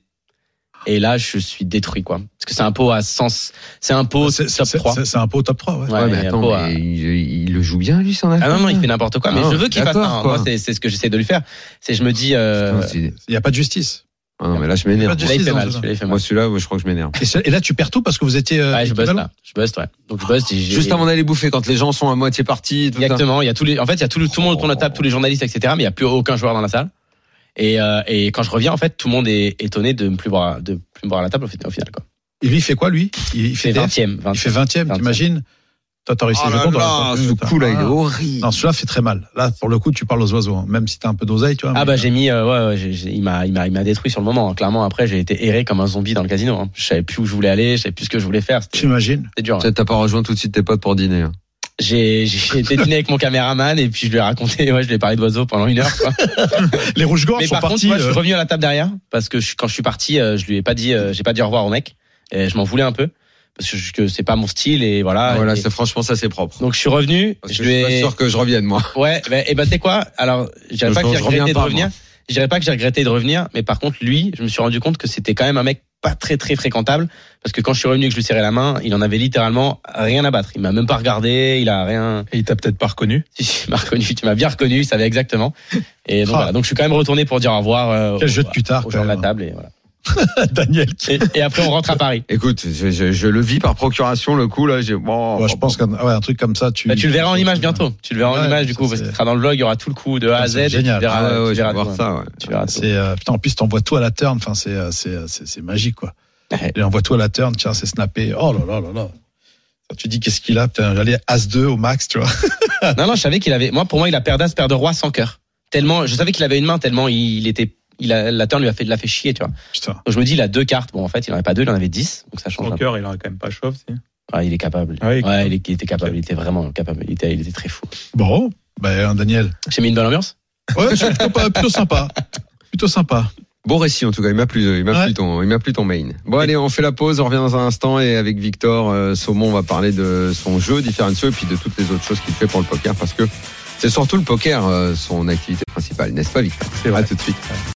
S7: Et là, je suis détruit, quoi. Parce que c'est un pot à sens, c'est un pot
S6: C'est,
S7: top
S6: c'est,
S7: trois.
S6: c'est, c'est un pot top trois, ouais.
S7: Ouais,
S5: Ouais, mais
S7: un
S5: attends,
S7: pot à-
S5: mais il, il le joue bien, lui, son
S7: Ah
S5: affaire.
S7: non, non, il fait n'importe quoi. Mais
S5: Ah,
S7: je veux qu'il fasse
S5: d'accord,
S7: ça. hein.
S5: quoi.
S7: Moi, c'est, c'est ce que j'essaie de lui faire. C'est, je me dis, euh,
S5: Putain, c'est-
S6: Il n'y a pas de justice.
S5: Ah non, mais là, je m'énerve.
S6: Pas de
S7: là, il fait
S6: dans
S7: mal.
S6: ce-
S7: celui-là, il fait mal.
S5: Moi, celui-là, ouais, je crois que je m'énerve.
S6: Et, c'est- et là, tu perds tout parce que vous étiez. euh,
S7: Ouais, je buste
S6: équivalents
S7: là. Je buste, ouais. Donc je buste. et j'ai-
S5: Juste avant d'aller bouffer, quand les gens sont à moitié partis, tout ça.
S7: Exactement. Il y a tous les, en fait, il y a tout le, tout le monde autour de la table, tous les journalistes, et cetera. Mais il y a plus aucun joueur dans la salle. Et, euh, et quand je reviens, en fait, tout le monde est étonné de ne plus voir, de plus me voir à la table au fi- au final, quoi.
S6: Et lui, il fait quoi, lui? Il, il
S7: Il
S6: fait
S7: fait
S6: Def.
S7: vingtième.
S6: Il fait vingtième, t'imagines? Toi, t'as réussi
S5: Oh
S6: le
S5: là
S6: jeu, t'aurais
S5: là,
S6: pas pu-
S5: ce
S6: t'as-
S5: coup-là, il est
S6: Ah.
S5: horrible.
S6: Non, celui-là fait très mal. Là, pour le coup, tu parles aux oiseaux, hein. Même si t'as un peu d'oseille, tu vois.
S7: Ah
S6: mais-
S7: bah j'ai mis, euh, ouais, ouais j'ai, j'ai- il m'a, il m'a, il m'a détruit sur le moment. hein. Clairement, après, j'ai été erré comme un zombie dans le casino. hein. Je savais plus où je voulais aller, je savais plus ce que je voulais faire. C'était,
S6: J'imagine.
S7: c'était dur. hein.
S5: Peut-être t'as pas rejoint tout de suite tes potes pour dîner. hein.
S7: J'ai, j'ai été dîner avec mon caméraman et puis je lui ai raconté, ouais, je lui ai parlé d'oiseaux pendant une heure. Quoi.
S6: Les rouges-gorges
S7: Mais
S6: sont
S7: par contre,
S6: partis.
S7: moi, je suis
S6: euh,
S7: revenu à la table derrière parce que je, quand je suis parti, euh, je lui ai pas dit, euh, j'ai pas dit au revoir au mec. Et je m'en voulais un peu parce que, je- que c'est pas mon style et voilà.
S5: Ah, voilà,
S7: Et-
S5: c'est franchement, ça, c'est propre.
S7: donc je suis revenu.
S5: Parce que
S7: je
S5: je
S7: lui
S5: suis pas
S7: ai,
S5: sûr que je revienne, moi.
S7: ouais, bah, et ben tu sais quoi? Alors, je dirais
S5: Je-
S7: pas que j'ai
S5: je reviens
S7: regretté de
S5: pas,
S7: revenir.
S5: moi.
S7: Je dirais pas que j'ai regretté de revenir, mais par contre, lui, je me suis rendu compte que c'était quand même un mec pas très très fréquentable parce que quand je suis revenu et que je lui serrais la main, il en avait littéralement rien à battre. Il m'a même pas regardé, il a rien.
S8: Et il t'a peut-être pas reconnu.
S7: Si, si, il m'a reconnu, tu m'as bien reconnu, il savait exactement. Et donc
S6: Ah.
S7: voilà, donc je suis quand même retourné pour dire au revoir euh,
S6: Quel
S7: aux,
S6: jeu de cutard,
S7: aux gens de la
S6: quand même.
S7: table et voilà.
S6: Daniel.
S7: Et, et après on rentre à Paris.
S5: Écoute, je, je, je le vis par procuration, le coup, là. J'ai, bon,
S6: Ouais, je pense qu'un ouais, un truc comme ça, tu.
S7: Bah, tu le verras en image bientôt. Tu le verras en
S6: Ouais,
S7: image du
S6: ça,
S7: coup parce
S6: c'est-
S7: qu'il sera dans le vlog, il y aura tout le coup de A à Z.
S6: C'est
S7: et tu
S6: génial.
S7: verras,
S5: Ah ouais, ouais,
S7: tu
S5: je vais
S7: verras
S5: voir
S7: tout,
S5: ça, ouais.
S7: Tu verras tout.
S6: C'est, euh, putain, en plus, t'envoies tout à la turn. Enfin, c'est, euh, c'est, euh, c'est, c'est magique, quoi.
S7: Ouais.
S6: Et envoie tout à la turn, tiens, c'est snappé. Oh là là là là. Quand tu dis qu'est-ce qu'il a, putain, j'allais As deux au max, tu vois.
S7: Non, non, je savais qu'il avait. Moi, pour moi, il a paire d'as, paire de roi sans cœur. Tellement, je savais qu'il avait une main tellement il était. Il a, la turn lui a fait, l'a fait chier, tu vois.
S6: Putain.
S7: Donc je me dis, il a deux cartes. Bon, en fait, il en avait pas deux, il en avait dix. Donc ça change.
S8: Son
S7: un peu.
S8: cœur, il aurait quand même pas chauve, si.
S7: Ouais, il est capable.
S8: Ah oui,
S7: ouais, il, est- il était capable. Il était vraiment capable. Il était, il était très fou.
S6: Bon, ben, Daniel.
S7: J'ai mis une bonne ambiance.
S6: Ouais, c'est plutôt, pas, plutôt sympa. Plutôt sympa.
S5: Bon récit, en tout cas. Il m'a plu, il m'a
S6: Ouais.
S5: plu ton, il m'a plu ton main. Bon, allez, on fait la pause, on revient dans un instant et avec Victor euh, Saumon, on va parler de son jeu Differential et puis de toutes les autres choses qu'il fait pour le poker parce que c'est surtout le poker, euh, son activité principale, n'est-ce pas, Victor?
S8: C'est vrai.
S5: À tout de suite.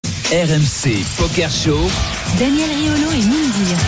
S4: R M C Poker Show.
S3: Daniel Riolo et Moundir.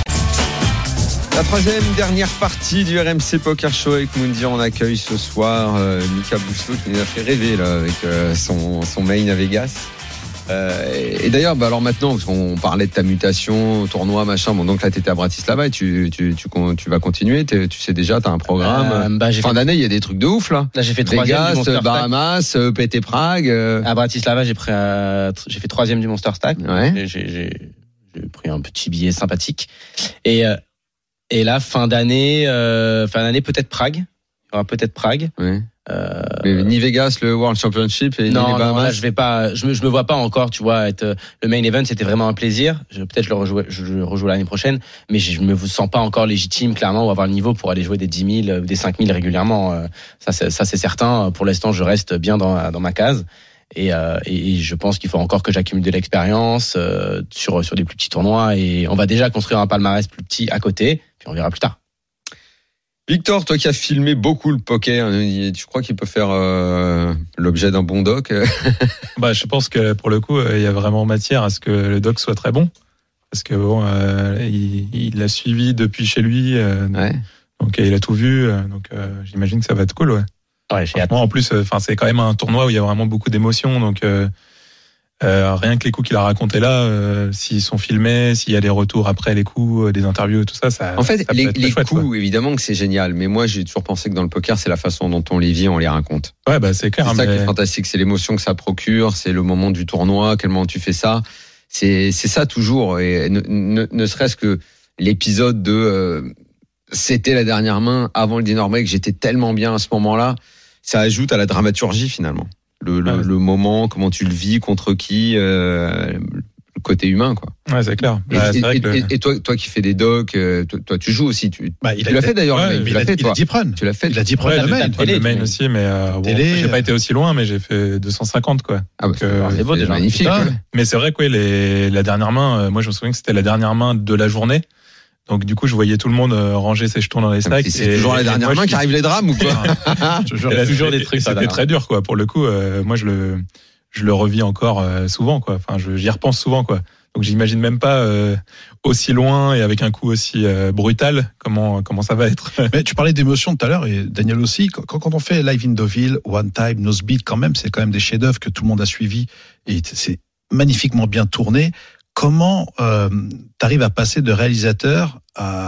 S5: La troisième dernière partie du R M C Poker Show avec Moundir, on accueille ce soir euh, Mika Bousseau qui nous a fait rêver là avec euh, son, son main à Vegas. Euh, et d'ailleurs, bah alors maintenant, parce qu'on parlait de ta mutation, tournoi, machin, bon donc là t'étais à Bratislava et tu, tu, tu, tu vas continuer, T'es- tu sais déjà, t'as un programme.
S7: Euh, bah, j'ai
S5: fin
S7: fait,
S5: d'année, il y a des trucs de ouf là.
S7: là, j'ai fait troisième du
S5: Vegas,
S7: Monster Stack.
S5: Bahamas, euh, P T Prague. euh,
S7: À Bratislava, j'ai pris, euh, j'ai fait troisième du Monster Stack.
S5: Ouais.
S7: J'ai, j'ai, j'ai- j'ai pris un petit billet sympathique. Et, euh, et là, fin d'année, euh, fin d'année, peut-être Prague. Il y aura peut-être Prague.
S5: ouais.
S7: Euh,
S5: Mais ni Vegas, le World Championship et ni les
S7: non, non,
S5: Bahamas.
S7: là, je vais pas, je me, je me vois pas encore, tu vois, être, euh, le main event, c'était vraiment un plaisir. Je, peut-être je le rejoue, je le rejoue l'année prochaine, mais je me sens pas encore légitime, clairement, ou avoir le niveau pour aller jouer des dix mille ou des cinq mille régulièrement. Euh, Ça, c'est, ça, c'est certain. Pour l'instant, je reste bien dans, dans ma case. Et, euh, et je pense qu'il faut encore que j'accumule de l'expérience euh, sur, sur des plus petits tournois. Et on va déjà construire un palmarès plus petit à côté, puis on verra plus tard.
S5: Victor, toi qui as filmé beaucoup le poker, tu crois qu'il peut faire euh, l'objet d'un bon doc?
S8: Bah, je pense que pour le coup, euh, il y a vraiment matière à ce que le doc soit très bon. Parce que bon, euh, il, il l'a suivi depuis chez lui, euh,
S5: Ouais.
S8: donc euh, il a tout vu. euh, donc euh, j'imagine que ça va être cool, ouais.
S7: Ouais, j'ai hâte.
S8: Franchement, en plus, enfin, c'est quand même un tournoi où il y a vraiment beaucoup d'émotions. Donc euh, euh, rien que les coups qu'il a racontés là, euh, s'ils sont filmés, s'il y a des retours après les coups, euh, des interviews, tout ça, ça.
S5: En fait,
S8: ça peut
S5: les,
S8: être très
S5: les
S8: chouette,
S5: coups,
S8: quoi.
S5: évidemment que c'est génial, mais moi j'ai toujours pensé que dans le poker, c'est la façon dont on les vit, on les raconte.
S8: Ouais, bah c'est clair.
S5: C'est ça
S8: mais...
S5: qui est fantastique, c'est l'émotion que ça procure, c'est le moment du tournoi, quel moment tu fais ça. c'est c'est ça toujours. Et ne, ne, ne serait-ce que l'épisode de euh, c'était la dernière main avant le dinner break, j'étais tellement bien à ce moment-là, ça ajoute à la dramaturgie finalement. Le, le, ah ouais. le moment, comment tu le vis, contre qui, euh, le côté humain, quoi.
S8: Ouais, c'est clair.
S5: Et,
S8: bah, c'est
S5: et,
S8: vrai
S5: et,
S8: que le...
S5: et toi, toi qui fais des docs, euh, toi, toi tu joues aussi. Tu,
S6: bah, il
S5: tu
S6: a
S5: l'as fait d'ailleurs.
S8: Ouais,
S5: le
S6: il
S5: l'as
S6: a,
S5: fait,
S6: il
S5: toi.
S6: a Deep Run.
S5: Tu l'as fait.
S6: Il a Deep Run
S8: ouais,
S6: le main.
S8: Le main aussi, mais euh, bon,
S6: télé,
S8: j'ai pas été aussi loin, mais j'ai fait deux cent cinquante, quoi.
S5: Ah bah,
S8: Donc, euh,
S5: c'est beau, c'est magnifique.
S6: Ah,
S8: mais c'est vrai que ouais, les, la dernière main, euh, moi je me souviens que c'était la dernière main de la journée. Donc du coup, je voyais tout le monde euh, ranger ses jetons dans les sacs.
S5: C'est toujours la dernière main qui arrive les drames ou quoi?
S8: Toujours, là, toujours des trucs. C'était très dur, quoi. Pour le coup, euh, moi je le, je le revis encore euh, souvent, quoi. Enfin, je, j'y repense souvent, quoi. Donc j'imagine même pas euh, aussi loin et avec un coup aussi euh, brutal comment comment ça va être.
S6: Mais tu parlais d'émotion tout à l'heure et Daniel aussi. Quand, quand on fait Live in Deauville, One Time, Nosebleed, quand même, c'est quand même des chefs-d'œuvre que tout le monde a suivis et c'est magnifiquement bien tourné. Comment euh, t'arrives à passer de réalisateur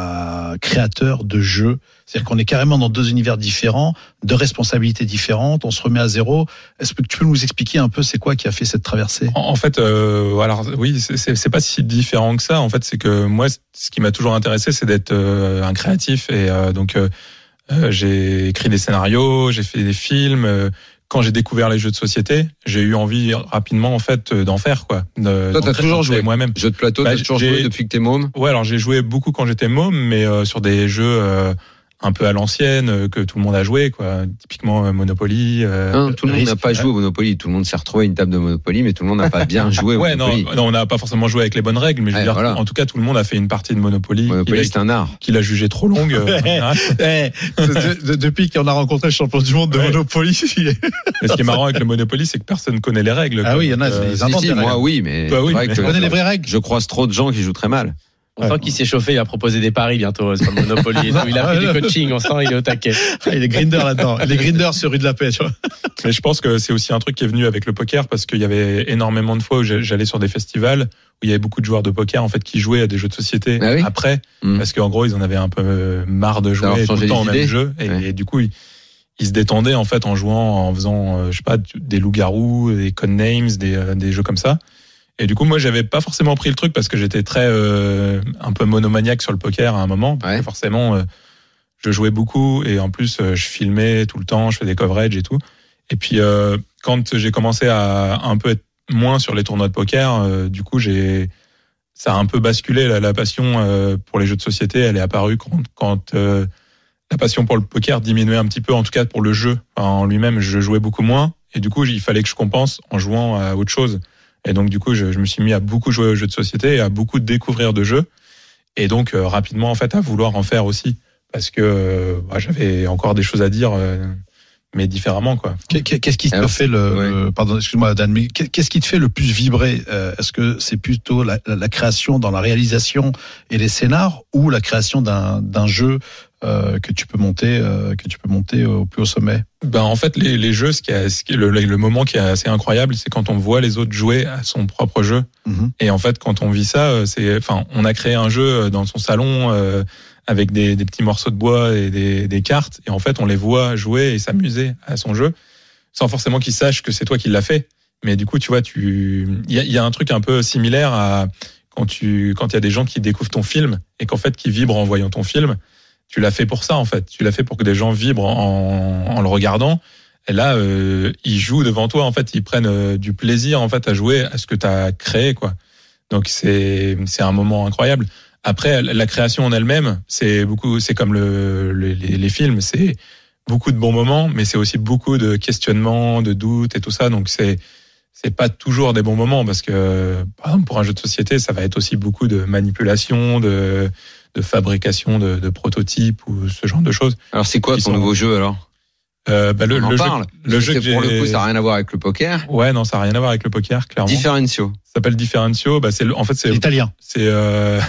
S6: à créateur de jeux? C'est-à-dire qu'on est carrément dans deux univers différents, deux responsabilités différentes, on se remet à zéro. Est-ce que tu peux nous expliquer un peu c'est quoi qui a fait cette traversée?
S8: En, en fait, euh, alors oui, c'est, c'est, c'est pas si différent que ça. En fait, c'est que moi, ce qui m'a toujours intéressé, c'est d'être euh, un créatif et euh, donc euh, euh, j'ai écrit des scénarios, j'ai fait des films. Euh, Quand j'ai découvert les jeux de société, j'ai eu envie rapidement en fait d'en faire quoi. De,
S5: Toi, t'as toujours joué
S8: moi-même.
S5: Jeux de plateau, bah, t'as toujours joué depuis que t'es môme.
S8: Ouais, alors j'ai joué beaucoup quand j'étais môme, mais euh, sur des jeux euh, un peu à l'ancienne euh, que tout le monde a joué quoi. Typiquement euh, Monopoly. Euh,
S5: non, tout le monde n'a pas joué au Monopoly. Tout le monde s'est retrouvé à une table de Monopoly, mais tout le monde n'a pas bien joué au
S8: ouais,
S5: Monopoly.
S8: Non, non, on n'a pas forcément joué avec les bonnes règles, mais je veux
S5: ouais,
S8: dire,
S5: voilà.
S8: en tout cas, tout le monde a fait une partie de Monopoly.
S5: Monopoly, c'est un art.
S8: Qu'il a jugé trop longue. Euh,
S6: hey, de, de, depuis qu'on a rencontré le champion du monde de ouais. Monopoly.
S8: Mais ce qui est marrant avec le Monopoly, c'est que personne connaît les règles.
S6: Ah
S8: quoi.
S6: oui, il y en a.
S5: Euh, si, si, moi, oui, mais.
S8: Toi, oui,
S5: mais
S6: tu connais les vraies règles.
S5: Je croise trop de gens qui jouent très mal.
S7: On sent qu'il s'est chauffé, il va proposer des paris bientôt sur le Monopoly. Et tout. Il a fait du coaching, on sent il est au taquet.
S6: Il est grinder là-dedans. Les grinders sur rue de la Paix, tu vois.
S8: Mais je pense que c'est aussi un truc qui est venu avec le poker parce qu'il y avait énormément de fois où j'allais sur des festivals où il y avait beaucoup de joueurs de poker en fait qui jouaient à des jeux de société ah oui après mmh. parce qu'en gros ils en avaient un peu marre de jouer tout le temps au même jeu et, ouais. et du coup ils, ils se détendaient en fait en jouant, en faisant je sais pas des loups-garous, des codenames, des des jeux comme ça. Et du coup, moi, j'avais pas forcément pris le truc parce que j'étais très euh, un peu monomaniaque sur le poker à un moment. Ouais. Forcément, euh, je jouais beaucoup et en plus, euh, je filmais tout le temps, je fais des coverages et tout. Et puis, euh, quand j'ai commencé à un peu être moins sur les tournois de poker, euh, du coup, j'ai ça a un peu basculé. La, la passion euh, pour les jeux de société, elle est apparue quand, quand euh, la passion pour le poker diminuait un petit peu, en tout cas pour le jeu enfin, en lui-même. Je jouais beaucoup moins et du coup, il fallait que je compense en jouant à autre chose. Et donc, du coup, je, je me suis mis à beaucoup jouer aux jeux de société et à beaucoup découvrir de jeux. Et donc, euh, rapidement, en fait, à vouloir en faire aussi. Parce que euh, bah, j'avais encore des choses à dire, euh, mais différemment, quoi.
S6: Qu'est-ce qui te Alors, fait le, ouais. le... Pardon, excuse-moi, Dan, mais qu'est-ce qui te fait le plus vibrer euh, Est-ce que c'est plutôt la, la, la création dans la réalisation et les scénars ou la création d'un, d'un jeu euh, que tu peux monter, euh, que tu peux monter au plus haut sommet?
S8: Ben en fait les, les jeux, ce qui est, ce qui est le, le moment qui est assez incroyable, c'est quand on voit les autres jouer à son propre jeu. Mmh. Et en fait quand on vit ça, c'est, enfin on a créé un jeu dans son salon euh, avec des, des petits morceaux de bois et des, des cartes, et en fait on les voit jouer et s'amuser à son jeu, sans forcément qu'ils sachent que c'est toi qui l'as fait. Mais du coup tu vois, tu, il y a, y a un truc un peu similaire à quand tu, quand il y a des gens qui découvrent ton film et qu'en fait qui vibrent en voyant ton film. Tu l'as fait pour ça, en fait. Tu l'as fait pour que des gens vibrent en, en le regardant. Et là, euh, ils jouent devant toi, en fait. Ils prennent euh, du plaisir, en fait, à jouer à ce que tu as créé, quoi. Donc, c'est, c'est un moment incroyable. Après, la création en elle-même, c'est beaucoup, c'est comme le, le, les, les films. C'est beaucoup de bons moments, mais c'est aussi beaucoup de questionnements, de doutes et tout ça. Donc, c'est, c'est pas toujours des bons moments parce que, par exemple, pour un jeu de société, ça va être aussi beaucoup de manipulation, de, de fabrication de, de prototypes ou ce genre de choses.
S5: Alors c'est quoi ton sont... nouveau jeu alors
S8: euh, bah, le,
S5: On en
S8: le
S5: parle.
S8: Jeu, le jeu que
S5: pour
S8: j'ai...
S5: le coup, ça n'a rien à voir avec le poker.
S8: Ouais, non, ça n'a rien à voir avec le poker, clairement.
S5: Differentio.
S8: Ça s'appelle Differentio. Bah, c'est le, en fait, c'est
S6: l'italien.
S8: C'est euh...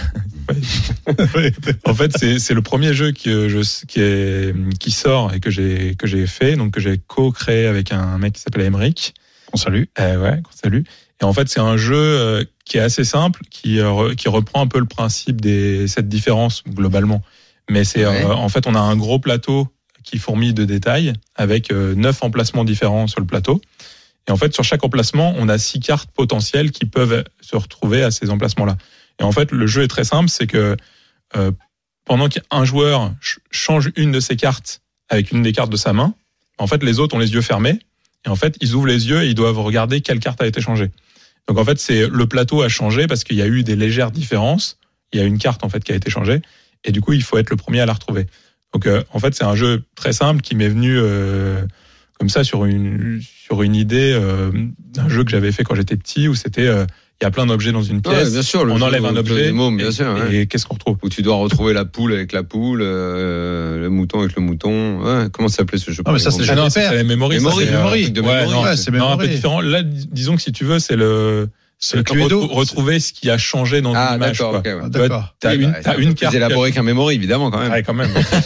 S8: en fait, c'est, c'est le premier jeu qui, je, qui, est, qui sort et que j'ai, que j'ai fait, donc que j'ai co-créé avec un mec qui s'appelle Emeric.
S6: On salue.
S8: Euh, ouais, qu'on salue. Et en fait, c'est un jeu euh, qui est assez simple, qui, euh, qui reprend un peu le principe des cette différence globalement. Mais c'est ouais. euh, en fait, on a un gros plateau qui fourmille de détails avec euh, neuf emplacements différents sur le plateau. Et en fait, sur chaque emplacement, on a six cartes potentielles qui peuvent se retrouver à ces emplacements-là. Et en fait, le jeu est très simple, c'est que euh, pendant qu'un joueur ch- change une de ses cartes avec une des cartes de sa main, en fait, les autres ont les yeux fermés. Et en fait, ils ouvrent les yeux et ils doivent regarder quelle carte a été changée. Donc en fait, c'est le plateau a changé parce qu'il y a eu des légères différences. Il y a une carte en fait qui a été changée. Et du coup, il faut être le premier à la retrouver. Donc euh, en fait, c'est un jeu très simple qui m'est venu euh, comme ça sur une sur une idée euh, d'un jeu que j'avais fait quand j'étais petit où c'était euh, il y a plein d'objets dans une pièce.
S5: Ouais, bien sûr,
S8: on enlève un objet.
S5: Des mômes, bien
S8: et,
S5: sûr, ouais.
S8: Et qu'est-ce qu'on retrouve?
S5: Où tu dois retrouver la poule avec la poule, euh, le mouton avec le mouton. Ouais, comment ça s'appelait ce jeu?
S6: Non, mais ça, c'est
S8: ah non, c'est la Memory.
S5: Memory,
S8: ça,
S5: Memory.
S8: de
S5: Ouais,
S8: Memory.
S6: non, ouais, c'est
S8: non, un peu
S6: Memory.
S8: différent. Là, disons que si tu veux, c'est le
S6: C'est le
S8: re-
S6: Cluedo.
S8: retrouver ce qui a changé dans
S5: Ah,
S8: une image.
S5: d'accord,
S8: quoi.
S5: ok, ouais.
S6: Ah,
S8: Tu vois,
S6: d'accord.
S8: T'as
S5: Oui,
S8: une,
S5: bah,
S8: t'as
S5: c'est
S8: une
S5: plus
S8: carte.
S5: élaboré qu'un Memory, évidemment, quand même.
S8: Ouais, quand même.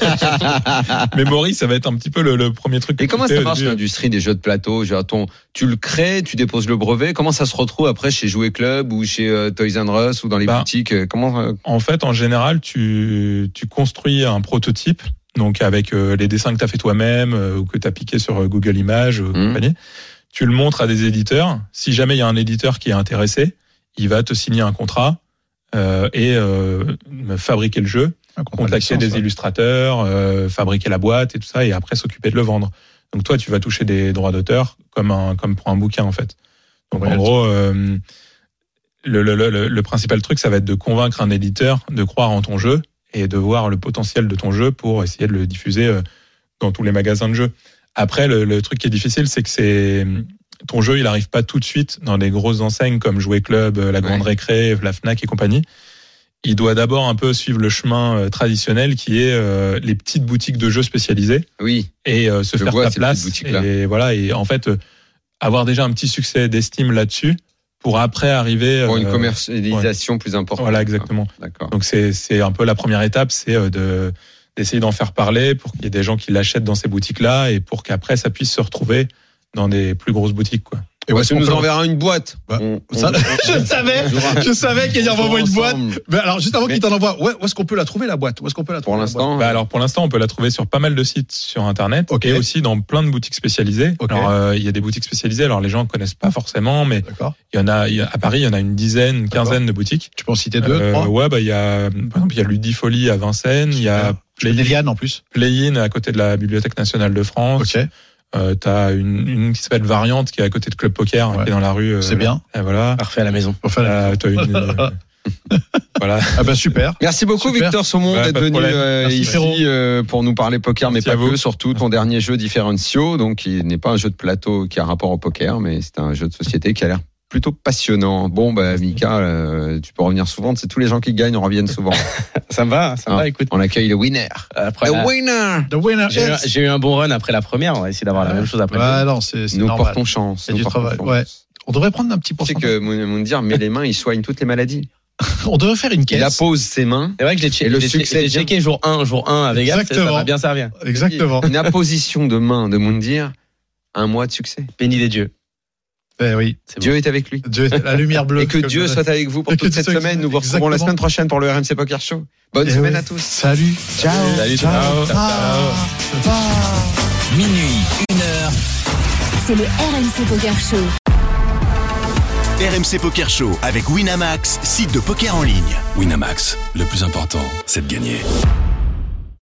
S8: Memory, ça va être un petit peu le, le premier truc.
S5: Et
S8: que
S5: comment
S8: tu fais
S5: ça
S8: au
S5: marche
S8: début.
S5: l'industrie des jeux de plateau? Genre, ton, tu le crées, tu déposes le brevet. Comment ça se retrouve après chez Jouet Club ou chez euh, Toys R Us ou dans les
S8: Bah,
S5: boutiques? euh, Comment euh,
S8: En fait, en général, tu, tu construis un prototype, donc avec euh, les dessins que tu as fait toi-même euh, ou que tu as piqué sur euh, Google Images ou
S5: Mmh.
S8: compagnie. Tu le montres à des éditeurs. Si jamais il y a un éditeur qui est intéressé, il va te signer un contrat euh, et euh, fabriquer le jeu,
S6: Un contrat de
S8: contacter
S6: licence,
S8: des
S6: ouais.
S8: illustrateurs, euh, fabriquer la boîte et tout ça, et après s'occuper de le vendre. Donc toi, tu vas toucher des droits d'auteur comme un comme pour un bouquin en fait. Donc
S6: Ouais,
S8: en gros, euh, le, le, le, le principal truc, ça va être de convaincre un éditeur de croire en ton jeu et de voir le potentiel de ton jeu pour essayer de le diffuser euh, dans tous les magasins de jeux. Après, le, le truc qui est difficile, c'est que c'est ton jeu, il n'arrive pas tout de suite dans des grosses enseignes comme Jouet Club, La Grande
S5: Ouais.
S8: Récré, la Fnac et compagnie. Il doit d'abord un peu suivre le chemin euh, traditionnel qui est euh, les petites boutiques de jeux spécialisées
S5: Oui.
S8: et euh, se
S5: Je
S8: faire
S5: vois
S8: ta
S5: ces
S8: place.
S5: petites boutiques-là.
S8: Et voilà, et en fait, euh, avoir déjà un petit succès d'estime là-dessus pour après arriver
S5: Pour une
S8: euh,
S5: commercialisation plus importante.
S8: Voilà, exactement.
S5: D'accord.
S8: Donc c'est c'est un peu la première étape, c'est euh, de d'essayer d'en faire parler pour qu'il y ait des gens qui l'achètent dans ces boutiques-là et pour qu'après ça puisse se retrouver dans des plus grosses boutiques, quoi.
S6: Et où est-ce
S5: Tu
S6: qu'on
S5: nous
S6: peut-
S5: enverras une boîte.
S6: Bah,
S5: On-
S6: ça-
S5: on-
S6: je savais,
S5: jouera.
S6: je savais qu'il y
S5: On
S6: avait
S5: jouera
S6: une boîte.
S5: ensemble.
S6: Mais alors, juste avant
S5: Mais-
S6: qu'il t'en envoie, ouais, où est-ce qu'on peut la trouver, la boîte? Où est-ce qu'on peut la
S5: Pour
S6: trouver? la
S5: l'instant,
S8: Bah alors pour l'instant, on peut la trouver sur pas mal de sites sur internet
S6: Ok.
S8: et aussi dans plein de boutiques spécialisées.
S6: Ok.
S8: Alors euh, il y a des boutiques spécialisées, alors les gens connaissent pas forcément, mais
S6: boîte? D'accord.
S8: il y en a il y a- à Paris, il y en a une dizaine, une
S6: D'accord.
S8: quinzaine de boutiques.
S6: Tu peux en citer deux,
S8: Euh,
S6: trois?
S8: ouais, bah il y a par exemple il y a Ludifolie à Vincennes, il y a
S6: Je connais Liane en plus.
S8: Play-in à côté de la Bibliothèque nationale de France.
S6: Ok.
S8: Euh, t'as une, une qui s'appelle Variante qui est à côté de Club Poker,
S6: Ouais.
S8: qui est dans la rue. euh,
S6: C'est bien.
S8: Et voilà.
S7: Parfait à la maison.
S6: Enfin,
S8: Euh, t'as une, euh, voilà.
S6: ah bah super.
S5: Merci beaucoup
S6: Super.
S5: Victor Saumon
S8: Ouais,
S5: d'être
S8: pas de
S5: venu
S8: problème.
S5: euh,
S6: Merci,
S5: ici
S6: frérot.
S5: euh, pour nous parler poker,
S8: Merci
S5: mais
S8: à
S5: pas
S8: vous.
S5: que. Surtout ton dernier jeu Differentio, donc qui n'est pas un jeu de plateau qui a rapport au poker, mais c'est un jeu de société qui a l'air plutôt passionnant. Bon, bah Mika, euh, tu peux revenir souvent. C'est tous les gens qui gagnent reviennent souvent.
S7: Ça me va, ça me
S5: Hein,
S7: va, écoute.
S5: On accueille le winner.
S7: Après
S5: Le
S7: la-
S5: winner.
S6: The winner
S7: J'ai eu, un-
S6: is-
S7: j'ai eu un bon run après la première, on va essayer d'avoir la même chose après.
S6: Ouais, non, c'est c'est
S5: Nous
S6: normal.
S5: portons chance.
S6: Il y a
S5: nous
S6: du
S5: portons
S6: travail,
S5: chance.
S6: ouais. On devrait prendre un petit
S5: Tu sais
S6: pourcentage.
S5: que Moundir met les mains, il soigne toutes les maladies.
S6: On devrait faire une
S5: Il
S6: caisse.
S5: appose ses mains.
S7: C'est vrai que j'ai che-
S5: Et le
S7: j'ai-
S5: succès
S7: j'ai
S5: vient-
S7: checké jour un, jour un avec Gap, ça, ça
S6: Exactement.
S7: va bien servir.
S6: Exactement.
S5: Une apposition de main de Moundir, un mois de succès.
S7: Béni des dieux.
S6: Eh oui.
S7: C'est
S5: Dieu est avec lui.
S6: Dieu, la lumière bleue.
S5: Et que
S6: comme
S5: Dieu
S6: ça.
S5: soit avec vous pour
S6: Et que
S5: toute
S6: Dieu
S5: cette
S6: soit
S5: semaine. Nous vous retrouvons la
S6: exactement.
S5: semaine prochaine pour le R M C Poker Show. Bonne
S6: Eh
S5: semaine
S6: oui.
S5: à tous.
S6: Salut. Ciao.
S7: Salut,
S6: Ciao.
S7: ciao.
S6: Ah. Ah.
S4: Minuit, une heure.
S3: C'est le R M C Poker Show.
S1: R M C Poker Show avec Winamax, site de poker en ligne.
S2: Winamax, le plus important, c'est de gagner.